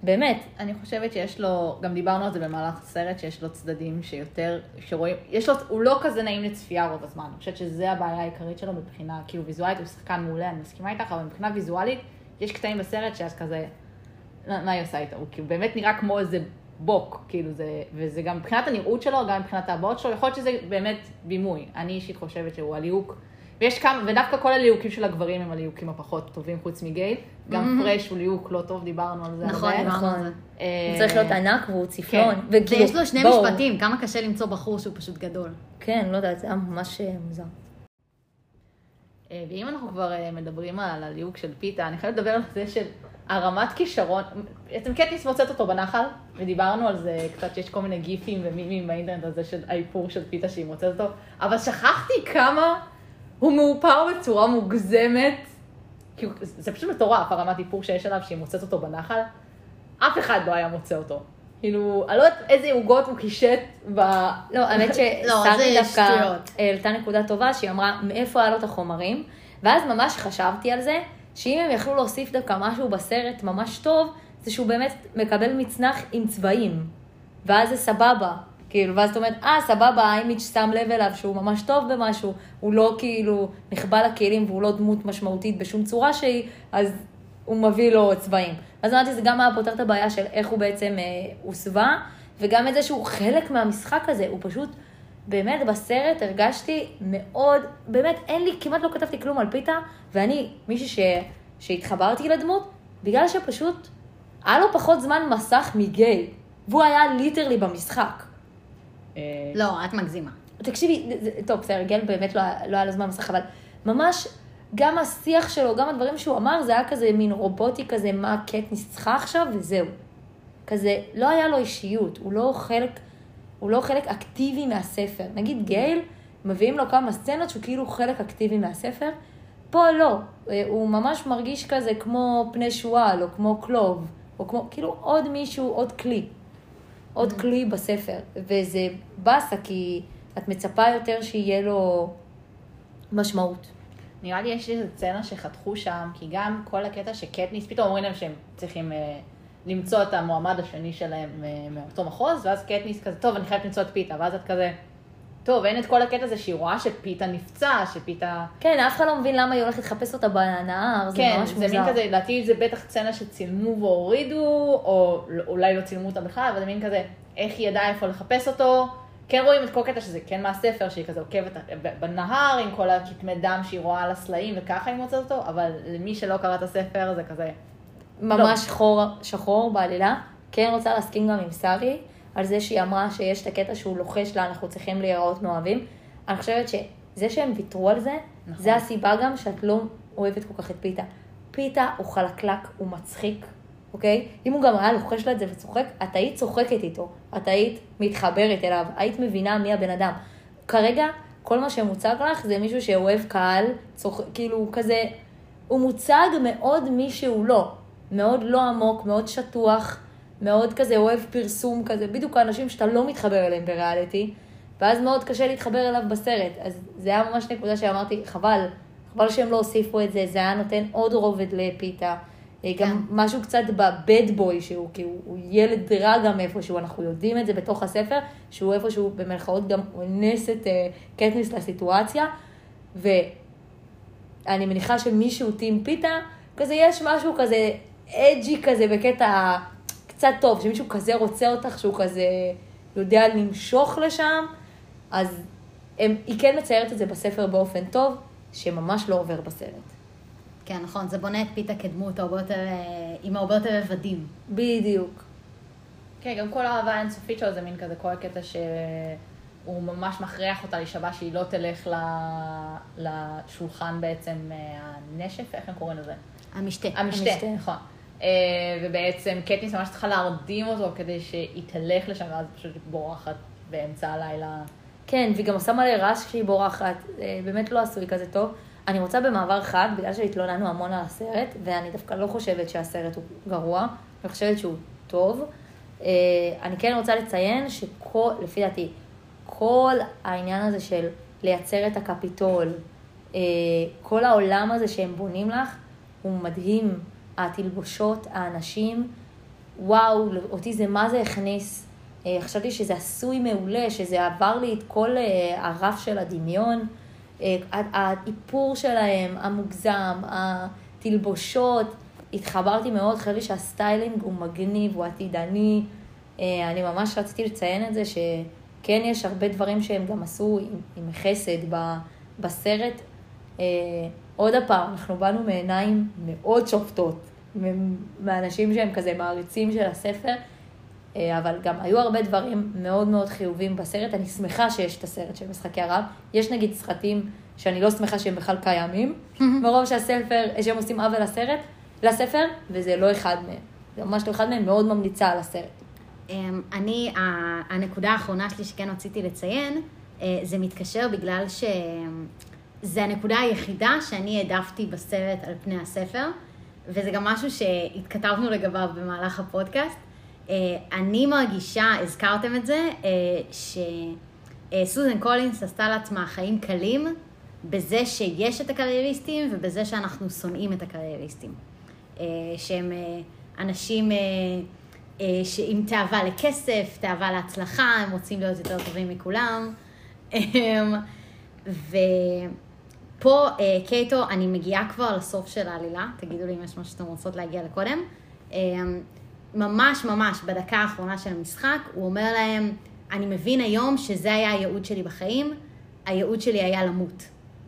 באמת. אני חושבת שיש לו, גם דיברנו על זה במהלך הסרט, שיש לו צדדים שיותר, שרואים, יש לו, הוא לא כזה נעים לצפייה רוב הזמן. אני חושבת שזה הבעיה העיקרית שלו מבחינה, כאילו ויזואלית, הוא שחקן מעולה, אני מסכימה איתך, אבל מבחינה ויזואלית, יש קטעים בסרט שאז כזה, מה היא עושה איתו? הוא כאילו באמת נראה כמו איזה בוק, כאילו זה, וזה גם מבחינת הנראות שלו, גם מבחינת הבעות שלו, יכול להיות שזה באמת בימוי. אני אישית חושבת שהוא הליהוק, ויש כמה, ודווקא כל הליהוקים של הגברים הם הליהוקים הפחות טובים חוץ מגייל. גם פרש הוא ליהוק לא טוב, דיברנו על זה. נכון, דיברנו על זה. הוא צריך להיות ענק והוא צפלון. ויש לו שני משפטים, כמה קשה למצוא בחור שהוא פשוט גדול. כן, לא יודעת, זה היה ממש מוזר. ואם אנחנו כבר מדברים על הליהוק של פיתה, אני חייבת לדבר על זה של הרמת כישרון, בעצם קטניס מוצאת אותו בנחל, ודיברנו על זה קצת, שיש כל מיני גיפים ומימים באינטרנט הזה של האיפור של פיתה שהיא מוצאת אותו, אבל שכחתי כמה הוא מאופר בצורה מוגזמת, כי זה פשוט מטורף, הרמת איפור שיש עליו שהיא מוצאת אותו בנחל, אף אחד לא היה מוצא אותו. כאילו, אני לא יודעת איזה עוגות הוא קישט ב... לא, האמת שסטארי דווקא העלתה נקודה טובה, שהיא אמרה מאיפה היה לו את החומרים, ואז ממש חשבתי על זה, שאם הם יכלו להוסיף דווקא משהו בסרט ממש טוב, זה שהוא באמת מקבל מצנח עם צבעים, ואז זה סבבה, כאילו, ואז אתה אומרת, סבבה, האימיץ' שם לב אליו שהוא ממש טוב במשהו, הוא לא כאילו נחבא לכלים והוא לא דמות משמעותית בשום צורה שהיא, אז הוא מביא לו צבעים. אז אמרתי, זה גם היה פותר את הבעיה של איך הוא בעצם הוסווה, וגם את זה שהוא חלק מהמשחק הזה, הוא פשוט, באמת בסרט הרגשתי מאוד, באמת אין לי, כמעט לא כתבתי כלום על פיתה, ואני, מישהי שהתחברתי לדמות, בגלל שפשוט היה לו פחות זמן מסך מגייל, והוא היה ליטרלי במשחק. לא, את מגזימה. תקשיבי, טוב, בסדר, גייל באמת לא היה לו זמן מסך, אבל ממש גם השיח שלו, גם הדברים שהוא אמר, זה היה כזה מין רובוטי כזה, מה קטניס צריכה עכשיו, וזהו. כזה, לא היה לו אישיות, הוא לא חלק אקטיבי מהספר. נגיד גייל, מביאים לו כמה סצנות שהוא כאילו חלק אקטיבי מהספר, פה לא. הוא ממש מרגיש כזה כמו פני שואל, או כמו קלוב, או כמו, כאילו עוד מישהו, עוד כלי. עוד כלי בספר. וזה בסה, כי את מצפה יותר שיהיה לו משמעות. נראה לי יש איזו סצנה שחתכו שם, כי גם כל הקטע שקטניס, פתאום אומרים להם שהם צריכים למצוא את המועמד השני שלהם מאותו מחוז, ואז קטניס כזה, טוב, אני חייבת למצוא את פיתה, ואז את כזה, טוב, אין את כל הקטע הזה שהיא רואה שפיתה נפצע, שפיתה... כן, אף אחד לא מבין למה היא הולכת לחפש אותה בנהר, זה ממש מוזר. כן, זה מין כזה, לדעתי זה בטח סצנה שצילמו והורידו, או אולי לא צילמו אותה בכלל, אבל זה מין כזה, איך היא ידעה איפה לחפש אותו, כן רואים את כל קטע שזה כן מהספר, שהיא כזה עוקבת בנהר עם כל הכתמי דם שהיא רואה על הסלעים, וככה היא מוצאת אותו, אבל למי שלא קרא את הספר זה כזה... ממש שחור בעלילה. כן רוצה להסכים גם עם סארי, על זה שהיא אמרה שיש את הקטע שהוא לוחש לה, אנחנו צריכים להיראות מאוהבים. אני חושבת שזה שהם ויתרו על זה, נכון. זה הסיבה גם שאת לא אוהבת כל כך את פיתה. פיתה הוא חלקלק, הוא מצחיק, אוקיי? אם הוא גם היה לוחש לה את זה וצוחק, את היית צוחקת איתו, את היית מתחברת אליו, היית מבינה מי הבן אדם. כרגע, כל מה שמוצג לך זה מישהו שאוהב קהל, כאילו כזה, הוא מוצג מאוד מי שהוא לא, מאוד לא עמוק, מאוד שטוח, מאוד כזה אוהב פרסום כזה, בדיוק האנשים שאתה לא מתחבר אליהם בריאליטי, ואז מאוד קשה להתחבר אליו בסרט. אז זה היה ממש נקודה שאמרתי, חבל שהם לא הוסיפו את זה, זה היה נותן עוד רובד לפיתה. גם משהו קצת בבד בוי, שהוא ילד רע גם איפשהו, אנחנו יודעים את זה בתוך הספר, שהוא איפשהו במלכאות גם אונס את קטניס לסיטואציה, ואני מניחה שמישהו טים פיתה, כזה יש משהו כזה אג'י כזה בקטע קצת טוב, שמישהו כזה רוצה אותך, שהוא כזה יודע למשוך לשם, אז היא כן מציירת את זה בספר באופן טוב, שממש לא עובר בסרט. כן, נכון, זה בונה את פיתה כדמות עם הרבה יותר עבדים. בדיוק. כן, גם כל האהבה האינסופית שלו זה מין כזה, כל הקטע שהוא ממש מכריח אותה להישבע שהיא לא תלך לשולחן בעצם הנשף, איך הם קוראים לזה? המשתה. המשתה, נכון. ובעצם קטניס ממש צריכה להרדים אותו כדי שהיא תלך לשם, ואז פשוט בורחת באמצע הלילה. כן, והיא גם עושה מלא רעש כשהיא בורחת, באמת לא עשוי כזה טוב. אני רוצה במעבר חד, בגלל שהתלוננו המון על הסרט, ואני דווקא לא חושבת שהסרט הוא גרוע, אני חושבת שהוא טוב. אני כן רוצה לציין לפי דעתי, כל העניין הזה של לייצר את הקפיטול, כל העולם הזה שהם בונים לך, הוא מדהים. התלבושות, האנשים, וואו, אותי זה מה זה הכניס. חשבתי שזה עשוי מעולה, שזה עבר לי את כל הרף של הדמיון, האיפור שלהם, המוגזם, התלבושות, התחברתי מאוד, חשבתי שהסטיילינג הוא מגניב, הוא עתידני, אני ממש רציתי לציין את זה, שכן יש הרבה דברים שהם גם עשו עם חסד בסרט. עוד הפעם, אנחנו באנו מעיניים מאוד שופטות, מאנשים שהם כזה מעריצים של הספר, אבל גם היו הרבה דברים מאוד מאוד חיובים בסרט. אני שמחה שיש את הסרט של משחקי הרעב. יש נגיד סרטים שאני לא שמחה שהם בכלל קיימים, מרוב שהם עושים עוול לספר, וזה לא אחד מהם. זה ממש לא אחד מהם, מאוד ממליצה על הסרט. הנקודה האחרונה שלי שכן רציתי לציין, זה מתקשר בגלל שזה הנקודה היחידה שאני העדפתי בסרט על פני הספר, וזה גם משהו שהתכתבנו לגביו במהלך הפודקאסט. אני מרגישה, הזכרתם את זה, שסוזן קולינס עשתה לעצמה חיים קלים בזה שיש את הקרייריסטים ובזה שאנחנו שונאים את הקרייריסטים. שהם אנשים עם תאווה לכסף, תאווה להצלחה, הם רוצים להיות יותר טובים מכולם. ופה קייטו, אני מגיעה כבר לסוף של העלילה, תגידו לי אם יש משהו שאתם רוצות להגיע לקודם. ממש ממש בדקה האחרונה של המשחק, הוא אומר להם, אני מבין היום שזה היה הייעוד שלי בחיים, הייעוד שלי היה למות.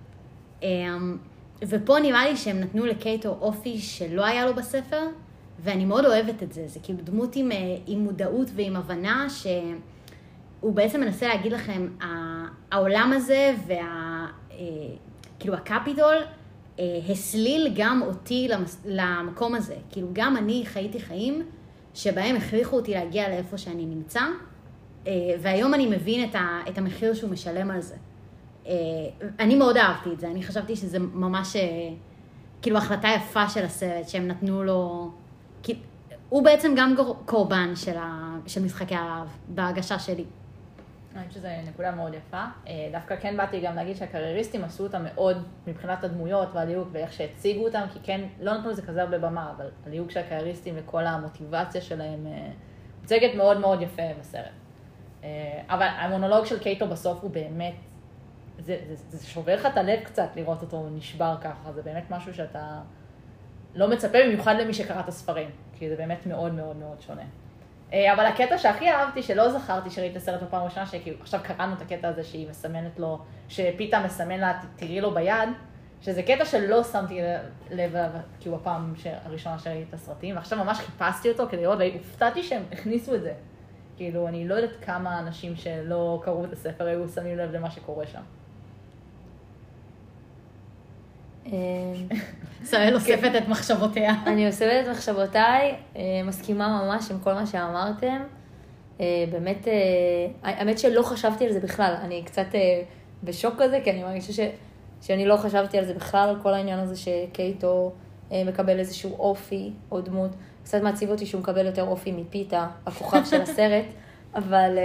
ופה נראה לי שהם נתנו לקייטו אופי שלא היה לו בספר, ואני מאוד אוהבת את זה. זה כאילו דמות עם מודעות ועם הבנה, שהוא בעצם מנסה להגיד לכם, העולם הזה כאילו הקפיטול, הסליל גם אותי למקום הזה. כאילו גם אני חייתי חיים שבהם הכריחו אותי להגיע לאיפה שאני נמצא, והיום אני מבין את המחיר שהוא משלם על זה. אני מאוד אהבתי את זה, אני חשבתי שזה ממש כאילו החלטה יפה של הסרט, שהם נתנו לו, הוא בעצם גם קורבן של משחקי הרעב, בהרגשה שלי. אני חושבת שזו נקודה מאוד יפה. דווקא כן באתי גם להגיד שהקרייריסטים עשו אותם מאוד מבחינת הדמויות והליהוק ואיך שהציגו אותם, כי כן, לא נתנו לזה כזה הרבה במה, אבל הליהוק של הקרייריסטים וכל המוטיבציה שלהם מוצגת מאוד מאוד יפה בסרט. אבל המונולוג של קייטו בסוף הוא באמת, זה שובר לך את הלב קצת לראות אותו נשבר ככה, זה באמת משהו שאתה לא מצפה, במיוחד למי שקרא את הספרים, כי זה באמת מאוד מאוד מאוד שונה. אבל הקטע שהכי אהבתי, שלא זכרתי שראיתי את הסרט בפעם ראשונה, שעכשיו קראנו את הקטע הזה שהיא מסמנת לו, שפיתה מסמן לה, תראי לו ביד, שזה קטע שלא שמתי לב, כאילו הפעם הראשונה שראיתי את הסרטים, ועכשיו ממש חיפשתי אותו כדי לראות, והופתעתי שהם הכניסו את זה. כאילו, אני לא יודעת כמה אנשים שלא קראו את הספר היו שמים לב למה שקורה שם. ישראל אוספת את מחשבותיה. אני אוספת את מחשבותיי, מסכימה ממש עם כל מה שאמרתם. באמת, האמת שלא חשבתי על זה בכלל. אני קצת בשוק כזה, כי אני מרגישה שאני לא חשבתי על זה בכלל, על כל העניין הזה שקייטו מקבל איזשהו אופי או דמות. קצת מעציב אותי שהוא מקבל יותר אופי מפיתה, הכוכב של הסרט, אבל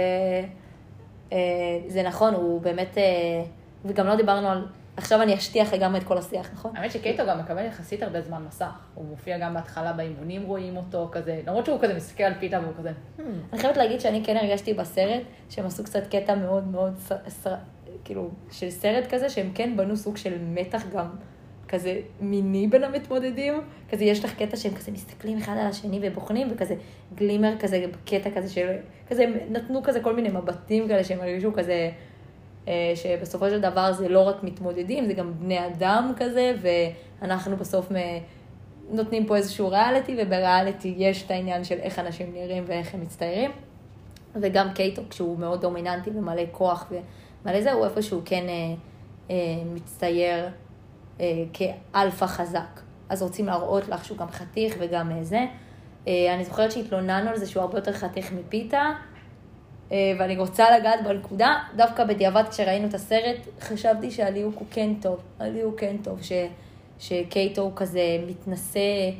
זה נכון, הוא באמת, וגם לא דיברנו על, עכשיו אני אשטיח לגמרי את כל השיח, נכון? האמת שקייטו גם מקבל יחסית הרבה זמן מסך, הוא מופיע גם בהתחלה באימונים, רואים אותו כזה, למרות שהוא כזה מסתכל על פיתה והוא כזה. אני חייבת להגיד שאני כן הרגשתי בסרט, שהם עשו קצת קטע מאוד מאוד, כאילו, של סרט כזה, שהם כן בנו סוג של מתח גם כזה מיני בין המתמודדים, כזה יש לך קטע שהם כזה מסתכלים אחד על השני ובוחנים, וכזה גלימר כזה, קטע כזה של, כזה נתנו כזה כל מיני מבטים כאלה שהם הרגישו כזה, שבסופו של דבר זה לא רק מתמודדים, זה גם בני אדם כזה, ואנחנו בסוף נותנים פה איזשהו ריאליטי, ובריאליטי יש את העניין של איך אנשים נראים ואיך הם מצטיירים, וגם קייטו, כשהוא מאוד דומיננטי ומלא כוח ומלא זה, הוא איפשהו כן מצטייר כאלפא חזק. אז רוצים להראות לך שהוא גם חתיך וגם זה. אני זוכרת שהתלוננו על זה שהוא הרבה יותר חתיך מפיתה, ואני רוצה לגעת בנקודה, דווקא בדיעבד כשראינו את הסרט, חשבתי שהליהוק הוא כן טוב, הליהוק כן טוב, שקייטו הוא כזה מתנסה,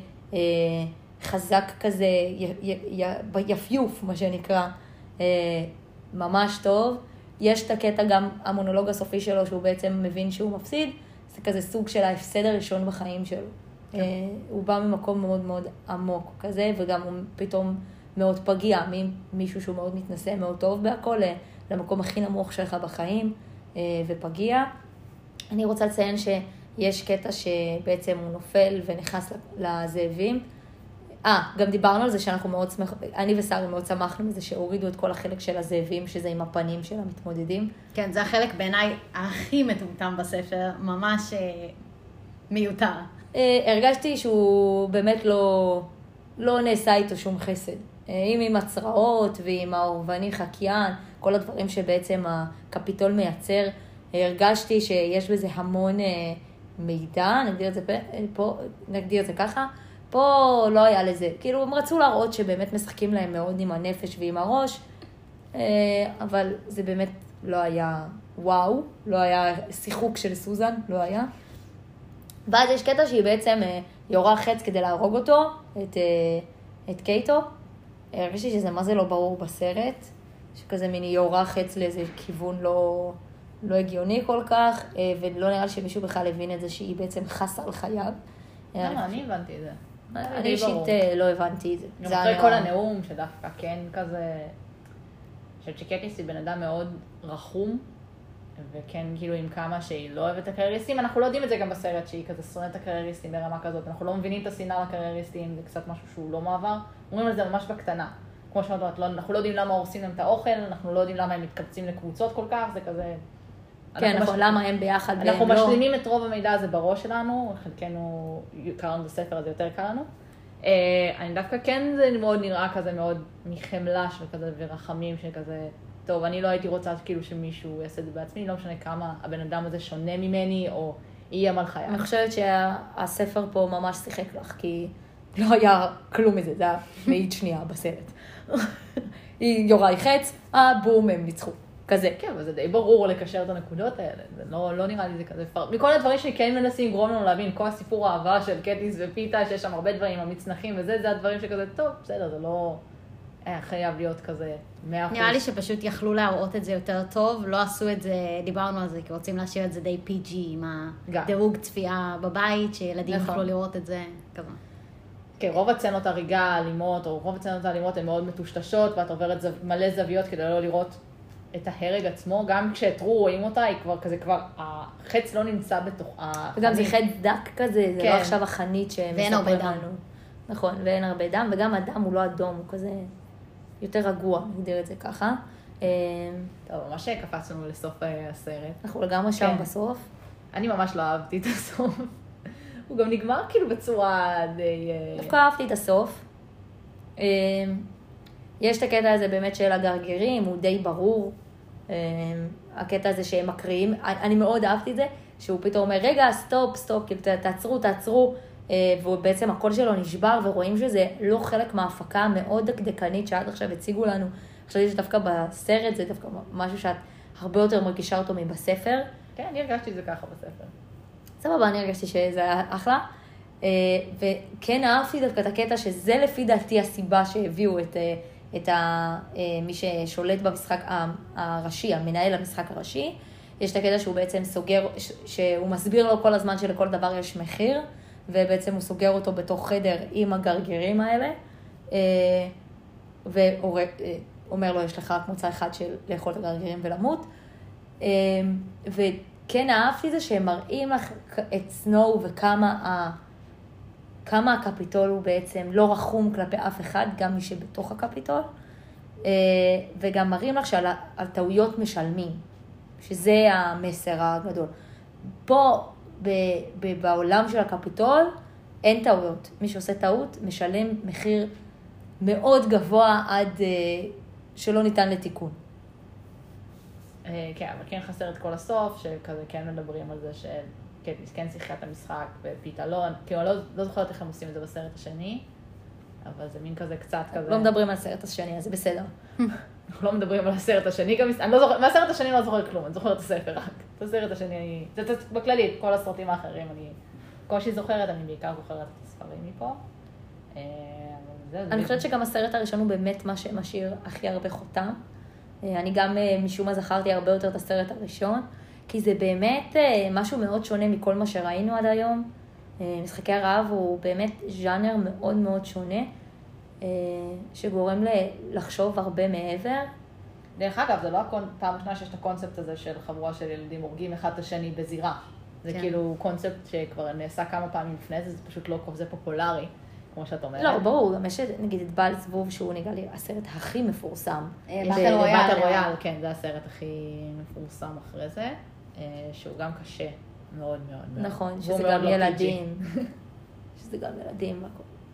חזק כזה, יפיוף, מה שנקרא, ממש טוב. יש את הקטע גם, המונולוג הסופי שלו, שהוא בעצם מבין שהוא מפסיד, זה כזה סוג של ההפסד הראשון בחיים שלו. הוא בא ממקום מאוד מאוד עמוק כזה, וגם הוא פתאום מאוד פגיע, מישהו שהוא מאוד מתנשא, מאוד טוב בהכל, למקום הכי נמוך שלך בחיים, ופגיע. אני רוצה לציין שיש קטע שבעצם הוא נופל ונכנס לזאבים. גם דיברנו על זה שאנחנו מאוד אני ושרי מאוד שמחנו מזה שהורידו את כל החלק של הזאבים, שזה עם הפנים של המתמודדים. כן, זה החלק בעיניי הכי מטומטם בספר, ממש מיותר. הרגשתי שהוא באמת לא נעשה איתו שום חסד. עם הצרעות ועם האורבני חקיין, כל הדברים שבעצם הקפיטול מייצר, הרגשתי שיש בזה המון מידע, נגדיר את זה ככה. פה לא היה לזה, כאילו הם רצו להראות שבאמת משחקים להם מאוד עם הנפש ועם הראש, אבל זה באמת לא היה וואו, לא היה שיחוק של סוזן, לא היה. ואז יש קטע שהיא בעצם יורה חץ כדי להרוג אותו, את קייטו. הרגשתי שזה מה זה לא ברור בסרט, שכזה מיני יורה חץ לאיזה כיוון לא הגיוני כל כך, ולא נראה לי שמישהו בכלל הבין את זה שהיא בעצם חסה על חייו. אני הבנתי את זה. אני אישית לא הבנתי את זה. גם אחרי כל הנאום שדווקא כן כזה, שקטיס היא בן אדם מאוד רחום, וכן כאילו עם כמה שהיא לא אוהבת את הקרייריסטים, אנחנו לא יודעים את זה גם בסרט שהיא כזה שונאת את הקרייריסטים ברמה כזאת, אנחנו לא מבינים את השנאה לקרייריסטים, זה קצת משהו שהוא לא מעבר, אומרים על זה ממש בקטנה. כמו שאומרת, אנחנו לא יודעים למה הורסים להם את האוכל, אנחנו לא יודעים למה הם מתקבצים לקבוצות כל כך, זה כזה... כן, נכון, למה הם ביחד והם לא... אנחנו משלימים את רוב המידע הזה בראש שלנו, חלקנו קראנו בספר הזה יותר קל לנו. אני דווקא כן, זה מאוד נראה כזה מאוד מחמלה של כזה ורחמים של כזה, טוב, אני לא הייתי רוצה כאילו שמישהו יעשה את זה בעצמי, לא משנה כמה הבן אדם הזה שונה ממני או איים על חיי. אני חושבת שהספר פה ממש שיחק לך, כי לא היה כלום מזה, זה היה מעיד שנייה בסרט. היא יוראי חץ, בום, הם ניצחו. כזה. כן, אבל זה די ברור לקשר את הנקודות האלה, זה לא נראה לי זה כזה פר... מכל הדברים שכן מנסים לגרום לנו להבין, כל הסיפור האהבה של קטיס ופיתה, שיש שם הרבה דברים, המצנחים וזה, זה הדברים שכזה, טוב, בסדר, זה לא חייב להיות כזה 100%. נראה לי שפשוט יכלו להראות את זה יותר טוב, לא עשו את זה, דיברנו על זה, כי רוצים להשאיר את זה די PG עם הדירוג צפייה בבית, שילדים יכלו לראות את זה, כזה. כן, רוב הצנות הריגה האלימות, או רוב הצנות האלימות הן מאוד מטושטשות, ואת עוברת מלא זוויות כדי לא לראות את ההרג עצמו, גם כשהתרו רואים אותה, היא כבר כזה, כבר החץ לא נמצא בתוך וגם זה חץ דק כזה, זה לא עכשיו החנית שמספרים לנו. נכון, ואין הרבה דם, וגם הדם הוא לא אדום, הוא כזה יותר רגוע, נגדיר את זה ככה. טוב, ממש קפצנו לסוף הסרט. אנחנו לגמרי שם בסוף. אני ממש לא אהבתי את הסוף. הוא גם נגמר כאילו בצורה די... דווקא אהבתי את הסוף. יש את הקטע הזה באמת של הגרגרים, הוא די ברור. הקטע הזה שהם מקריאים, אני מאוד אהבתי את זה, שהוא פתאום אומר, רגע, סטופ, כאילו תעצרו, ובעצם הקול שלו נשבר, ורואים שזה לא חלק מההפקה המאוד דקדקנית שעד עכשיו הציגו לנו. חשבתי שדווקא בסרט זה דווקא משהו שאת הרבה יותר מרגישה אותו מבספר. כן, אני הרגשתי את זה ככה בספר. סבבה, אני הרגשתי שזה היה אחלה. וכן אהבתי דווקא את הקטע שזה לפי דעתי הסיבה שהביאו את מי ששולט במשחק הראשי, המנהל המשחק הראשי. יש את הקטע שהוא בעצם סוגר, שהוא מסביר לו כל הזמן שלכל דבר יש מחיר, ובעצם הוא סוגר אותו בתוך חדר עם הגרגרים האלה, ואומר לו, יש לך רק מוצא אחד של לאכול את הגרגרים ולמות. וכן אהבתי זה שהם מראים לך את סנואו וכמה הקפיטול הוא בעצם לא רחום כלפי אף אחד, גם מי שבתוך הקפיטול, וגם מראים לך שעל טעויות משלמים, שזה המסר הגדול. פה, בעולם של הקפיטול, אין טעויות. מי שעושה טעות משלם מחיר מאוד גבוה עד שלא ניתן לתיקון. כן, אבל כן חסר את כל הסוף, שכזה כן מדברים על זה שקטיס כן שיחקה את המשחק ופיתה לא, כאילו לא זוכרת איך הם עושים את זה בסרט השני, אבל זה מין כזה קצת כזה... לא מדברים על הסרט השני, אז זה בסדר. אנחנו לא מדברים על הסרט השני, גם אני לא זוכרת, מהסרט השני אני לא זוכרת כלום, אני זוכרת את הספר רק. את הסרט השני, בכללי, את כל הסרטים האחרים, אני קושי זוכרת, אני בעיקר זוכרת את הספרים מפה. אני חושבת שגם הסרט הראשון הוא באמת מה שמשאיר הכי הרבה חותם. אני גם משום מה זכרתי הרבה יותר את הסרט הראשון, כי זה באמת משהו מאוד שונה מכל מה שראינו עד היום. משחקי הרעב הוא באמת ז'אנר מאוד מאוד שונה, שגורם לחשוב הרבה מעבר. דרך אגב, זה לא פעם ראשונה שיש את הקונספט הזה של חבורה של ילדים הורגים אחד את השני בזירה. זה כאילו קונספט שכבר נעשה כמה פעמים לפני זה, זה פשוט לא כזה פופולרי, כמו שאת אומרת. לא, ברור, גם יש נגיד את בעל זבוב שהוא נראה לי הסרט הכי מפורסם. באטל רויאל. באטל רויאל, כן, זה הסרט הכי מפורסם אחרי זה, שהוא גם קשה מאוד מאוד מאוד. נכון, שזה גם ילדים. שזה גם ילדים.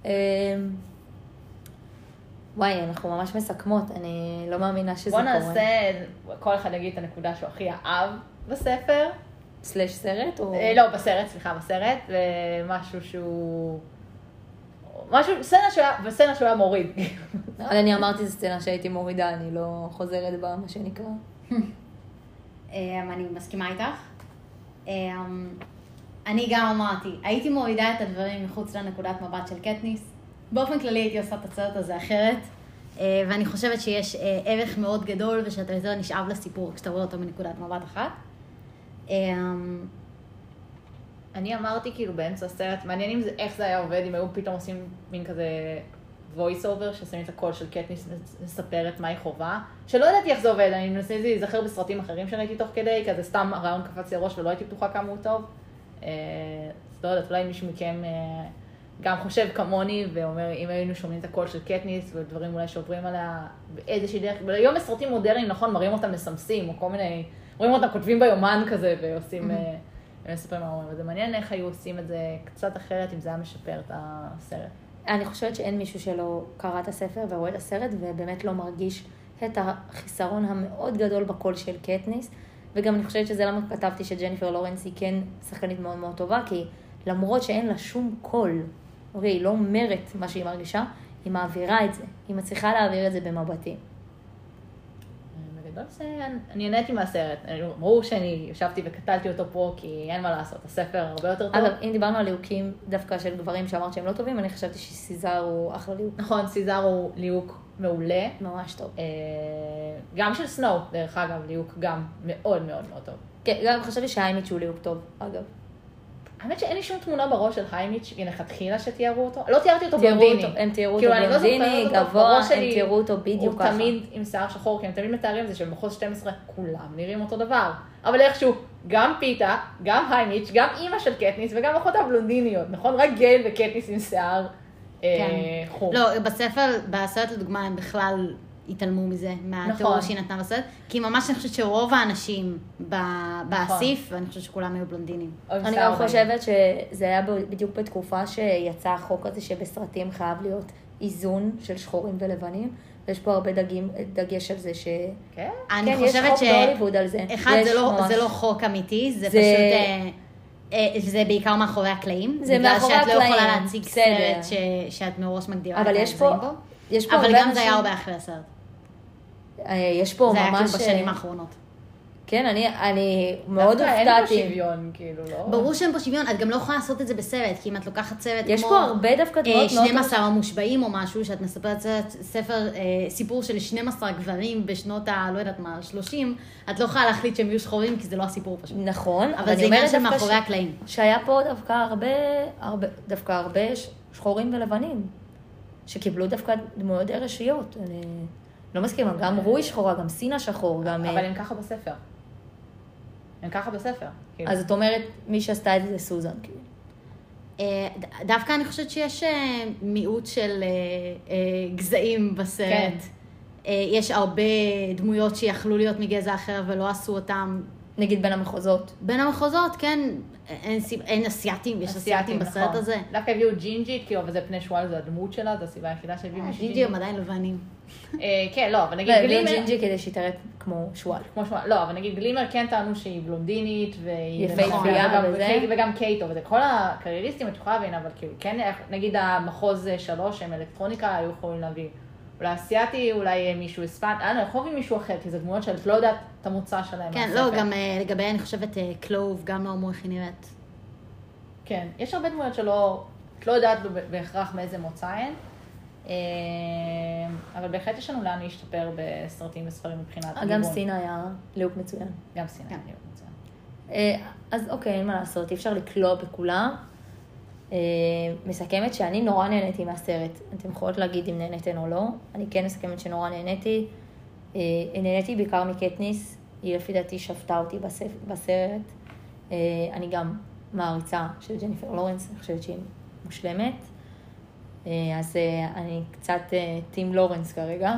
וואי, אנחנו ממש מסכמות, אני לא מאמינה שזה קורה. בוא נעשה, כל אחד יגיד את הנקודה שהוא הכי אהב בספר. סלש סרט? או... לא, בסרט, ומשהו שהוא... סצנה שהוא היה מוריד. אני אמרתי זו סצנה שהייתי מורידה, אני לא חוזרת בה, מה שנקרא. אני מסכימה איתך. אני גם אמרתי, הייתי מורידה את הדברים מחוץ לנקודת מבט של קטניס. באופן כללי הייתי עושה את הסרט הזה אחרת, ואני חושבת שיש ערך מאוד גדול, ושאתה יותר נשאב לסיפור כשאתה רואה אותו מנקודת מבט אחת. אני אמרתי כאילו באמצע הסרט, מעניין איך זה היה עובד, אם היו פתאום עושים מין כזה voice over, ששמים את הקול של קטניס מספרת מה היא חובה, שלא ידעתי איך זה עובד, אני מנסה להיזכר בסרטים אחרים שראיתי תוך כדי, כזה סתם הרעיון קפץ לי הראש ולא הייתי פתוחה כמה הוא טוב. לא יודעת, אולי מישהו מכם גם חושב כמוני ואומר, אם היינו שומעים את הקול של קטניס ודברים אולי שעוברים עליה באיזושהי דרך, היום בסרטים מודרניים, נכון, מראים אותם מסמסים, או כל מיני, רואים אותם כותבים ביומן כזה ועושים, מספרים מה אומרים, וזה מעניין איך היו עושים את זה קצת אחרת, אם זה היה משפר את הסרט. אני חושבת שאין מישהו שלא קרא את הספר ורואה את הסרט, ובאמת לא מרגיש את החיסרון המאוד גדול בקול של קטניס, וגם אני חושבת שזה למה כתבתי שג'ניפר לורנס היא כן שחקנית מאוד מאוד טובה, כי למרות שאין לה שום קול, אוקיי, היא לא אומרת מה שהיא מרגישה, היא מעבירה את זה, היא מצליחה להעביר את זה במבטים. בגדול זה, אני נהניתי מהסרט, ברור שאני ישבתי וכתלתי אותו פה, כי אין מה לעשות, הספר הרבה יותר טוב. אגב, אם דיברנו על ליהוקים דווקא של גברים שאמרת שהם לא טובים, אני חשבתי שסיזר הוא אחלה ליהוק. נכון, סיזר הוא ליהוק מעולה. ממש טוב. גם של סנואו, דרך אגב, ליהוק גם מאוד מאוד מאוד טוב. כן, גם חשבתי שהיימיץ' הוא ליהוק טוב, אגב. האמת שאין לי שום תמונה בראש של היימיץ' מלכתחילה שתיארו אותו. לא תיארתי אותו בלונדיני. הם תיארו אותו בלונדיני, גבוה, הם תיארו אותו בדיוק ככה. הוא תמיד עם שיער שחור, כי הם תמיד מתארים את זה שבמחוז 12 כולם נראים אותו דבר. אבל איכשהו, גם פיתה, גם היימיץ', גם אימא של קטניס וגם אחותה בלונדיניות, נכון? רק גייל וקטניס עם שיער חור. לא, בסרט לדוגמה הם בכלל התעלמו מזה, מהתיאור שהיא נתנה בסרט, כי ממש אני חושבת שרוב האנשים באסיף, ואני חושבת שכולם היו בלונדינים. אני גם חושבת שזה היה בדיוק בתקופה שיצא החוק הזה שבסרטים חייב להיות איזון של שחורים ולבנים, ויש פה הרבה דגש על זה ש... כן? אני חושבת בהוליווד על זה. אחד, זה לא חוק אמיתי, זה פשוט... זה בעיקר מאחורי הקלעים. זה מאחורי הקלעים. בגלל שאת לא יכולה להציג סרט שאת מראש מגדירה את האזורים בו. אבל גם זה היה הרבה אחרי הסרט. יש פה ממש... זה היה כאילו בשנים האחרונות. כן, אני מאוד הופתעתי. דווקא אין פה שוויון, כאילו, לא? ברור שאין פה שוויון, את גם לא יכולה לעשות את זה בסרט, כי אם את לוקחת סרט כמו... יש פה הרבה דווקא דמות 12 המושבעים או משהו, שאת מספרת סיפור של 12 גברים בשנות לא יודעת מה, 30, את לא יכולה להחליט שהם יהיו שחורים, כי זה לא הסיפור פשוט. נכון, אבל זה עניין של מאחורי הקלעים. שהיה פה דווקא הרבה שחורים ולבנים, שקיבלו דווקא דמויות די ראשיות. אני לא מסכימה, גם רוי שחורה, גם סינה שחור, גם... אבל הם ככה בספר. אז את אומרת, מי שעשתה את זה סוזן, כאילו. דווקא אני חושבת שיש מיעוט של גזעים בסרט. יש הרבה דמויות שיכלו להיות מגזע אחר ולא עשו אותם. נגיד בין המחוזות. בין המחוזות, כן. אין אסיאטים, יש אסיאטים בסרט הזה. דווקא הביאו ג'ינג'ית, כאילו, וזה פני שואל, זה הדמות שלה, זו הסיבה היחידה שהביאו ג'ינג'ית. ג'ינג'י הם עדיין לבנים. כן, לא, אבל נגיד גלימר... ג'ינג'י כדי שיתראה כמו שואל. לא, אבל נגיד גלימר כן טענו שהיא בלונדינית, יפהפייה וזה. וגם קייטו, וזה כל הקרייריסטים, את יכולה להבין, אבל כאילו, כן, נגיד המחוז 3, הם אלקטרוניקה, היו יכולים להביא. אולי אסיאטי, אולי מישהו הספן, אני יכול להביא מישהו אחר, כי זה דמויות שאת לא יודעת את המוצא שלהם. כן, לא, גם לגבי, אני חושבת, קלוב, גם לא אמרו איך היא נראית. כן, יש הרבה דמויות שלא, את לא יודעת בהכרח מאיזה מוצא הן, אבל בהחלט יש לנו לאן להשתפר בסרטים וספרים מבחינת גיוון. גם סינה היה ליהוק מצוין. גם סינה היה ליהוק מצוין. אז אוקיי, אין מה לעשות, אי אפשר לקלוע בכולם. מסכמת שאני נורא נהניתי מהסרט. אתם יכולות להגיד אם נהניתן או לא. אני כן מסכמת שנורא נהניתי. נהניתי בעיקר מקטניס. היא לפי דעתי שפטה אותי בסרט. אני גם מעריצה של ג'ניפר לורנס, אני חושבת שהיא מושלמת. אז אני קצת טים לורנס כרגע.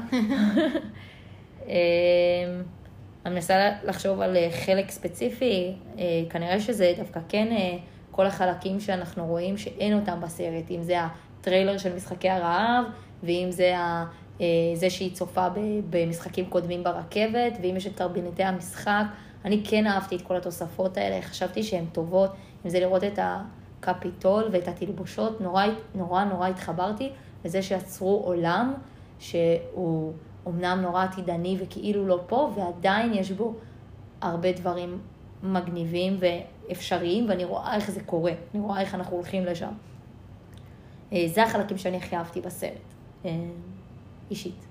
אני מנסה לחשוב על חלק ספציפי, כנראה שזה דווקא כן כל החלקים שאנחנו רואים שאין אותם בסרט, אם זה הטריילר של משחקי הרעב, ואם זה זה שהיא צופה במשחקים קודמים ברכבת, ואם יש את טרבינטי המשחק. אני כן אהבתי את כל התוספות האלה, חשבתי שהן טובות, אם זה לראות את הקפיטול ואת התלבושות, נורא התחברתי לזה שיצרו עולם שהוא אמנם נורא עתידני וכאילו לא פה, ועדיין יש בו הרבה דברים מגניבים ואפשריים, ואני רואה איך זה קורה, אני רואה איך אנחנו הולכים לשם. זה החלקים שאני הכי אהבתי בסרט, אישית.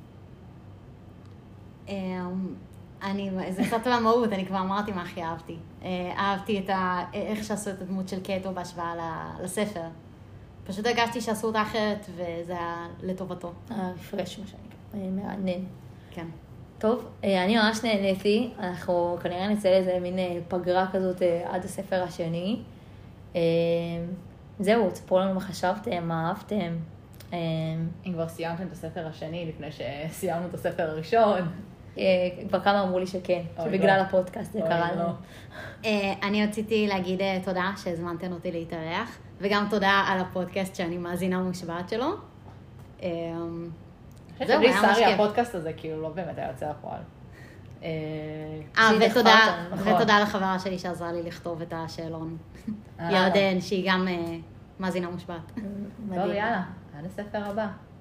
זה קצת למהות, אני כבר אמרתי מה הכי אהבתי. אהבתי איך שעשו את הדמות של קייטו בהשוואה לספר. פשוט הרגשתי שעשו אותה אחרת, וזה היה לטובתו. פרש מה שאני מעניין. כן. טוב, אני ממש נהניתי, אנחנו כנראה נצא לאיזה מין פגרה כזאת עד הספר השני. זהו, תספרו לנו מה חשבתם, מה אהבתם. אם כבר סיימתם את הספר השני, לפני שסיימנו את הספר הראשון. כבר כמה אמרו לי שכן, שבגלל הפודקאסט זה קרה לנו. אני רציתי להגיד תודה שהזמנתם אותי להתארח, וגם תודה על הפודקאסט שאני מאזינה ומושבעת שלו. אני חושבת שבלי שרי הפודקאסט הזה כאילו לא באמת היה יוצא לפועל. ותודה לחברה שלי שעזרה לי לכתוב את השאלון. ירדן, שהיא גם מאזינה מושבעת. טוב, יאללה, עד הספר הבא.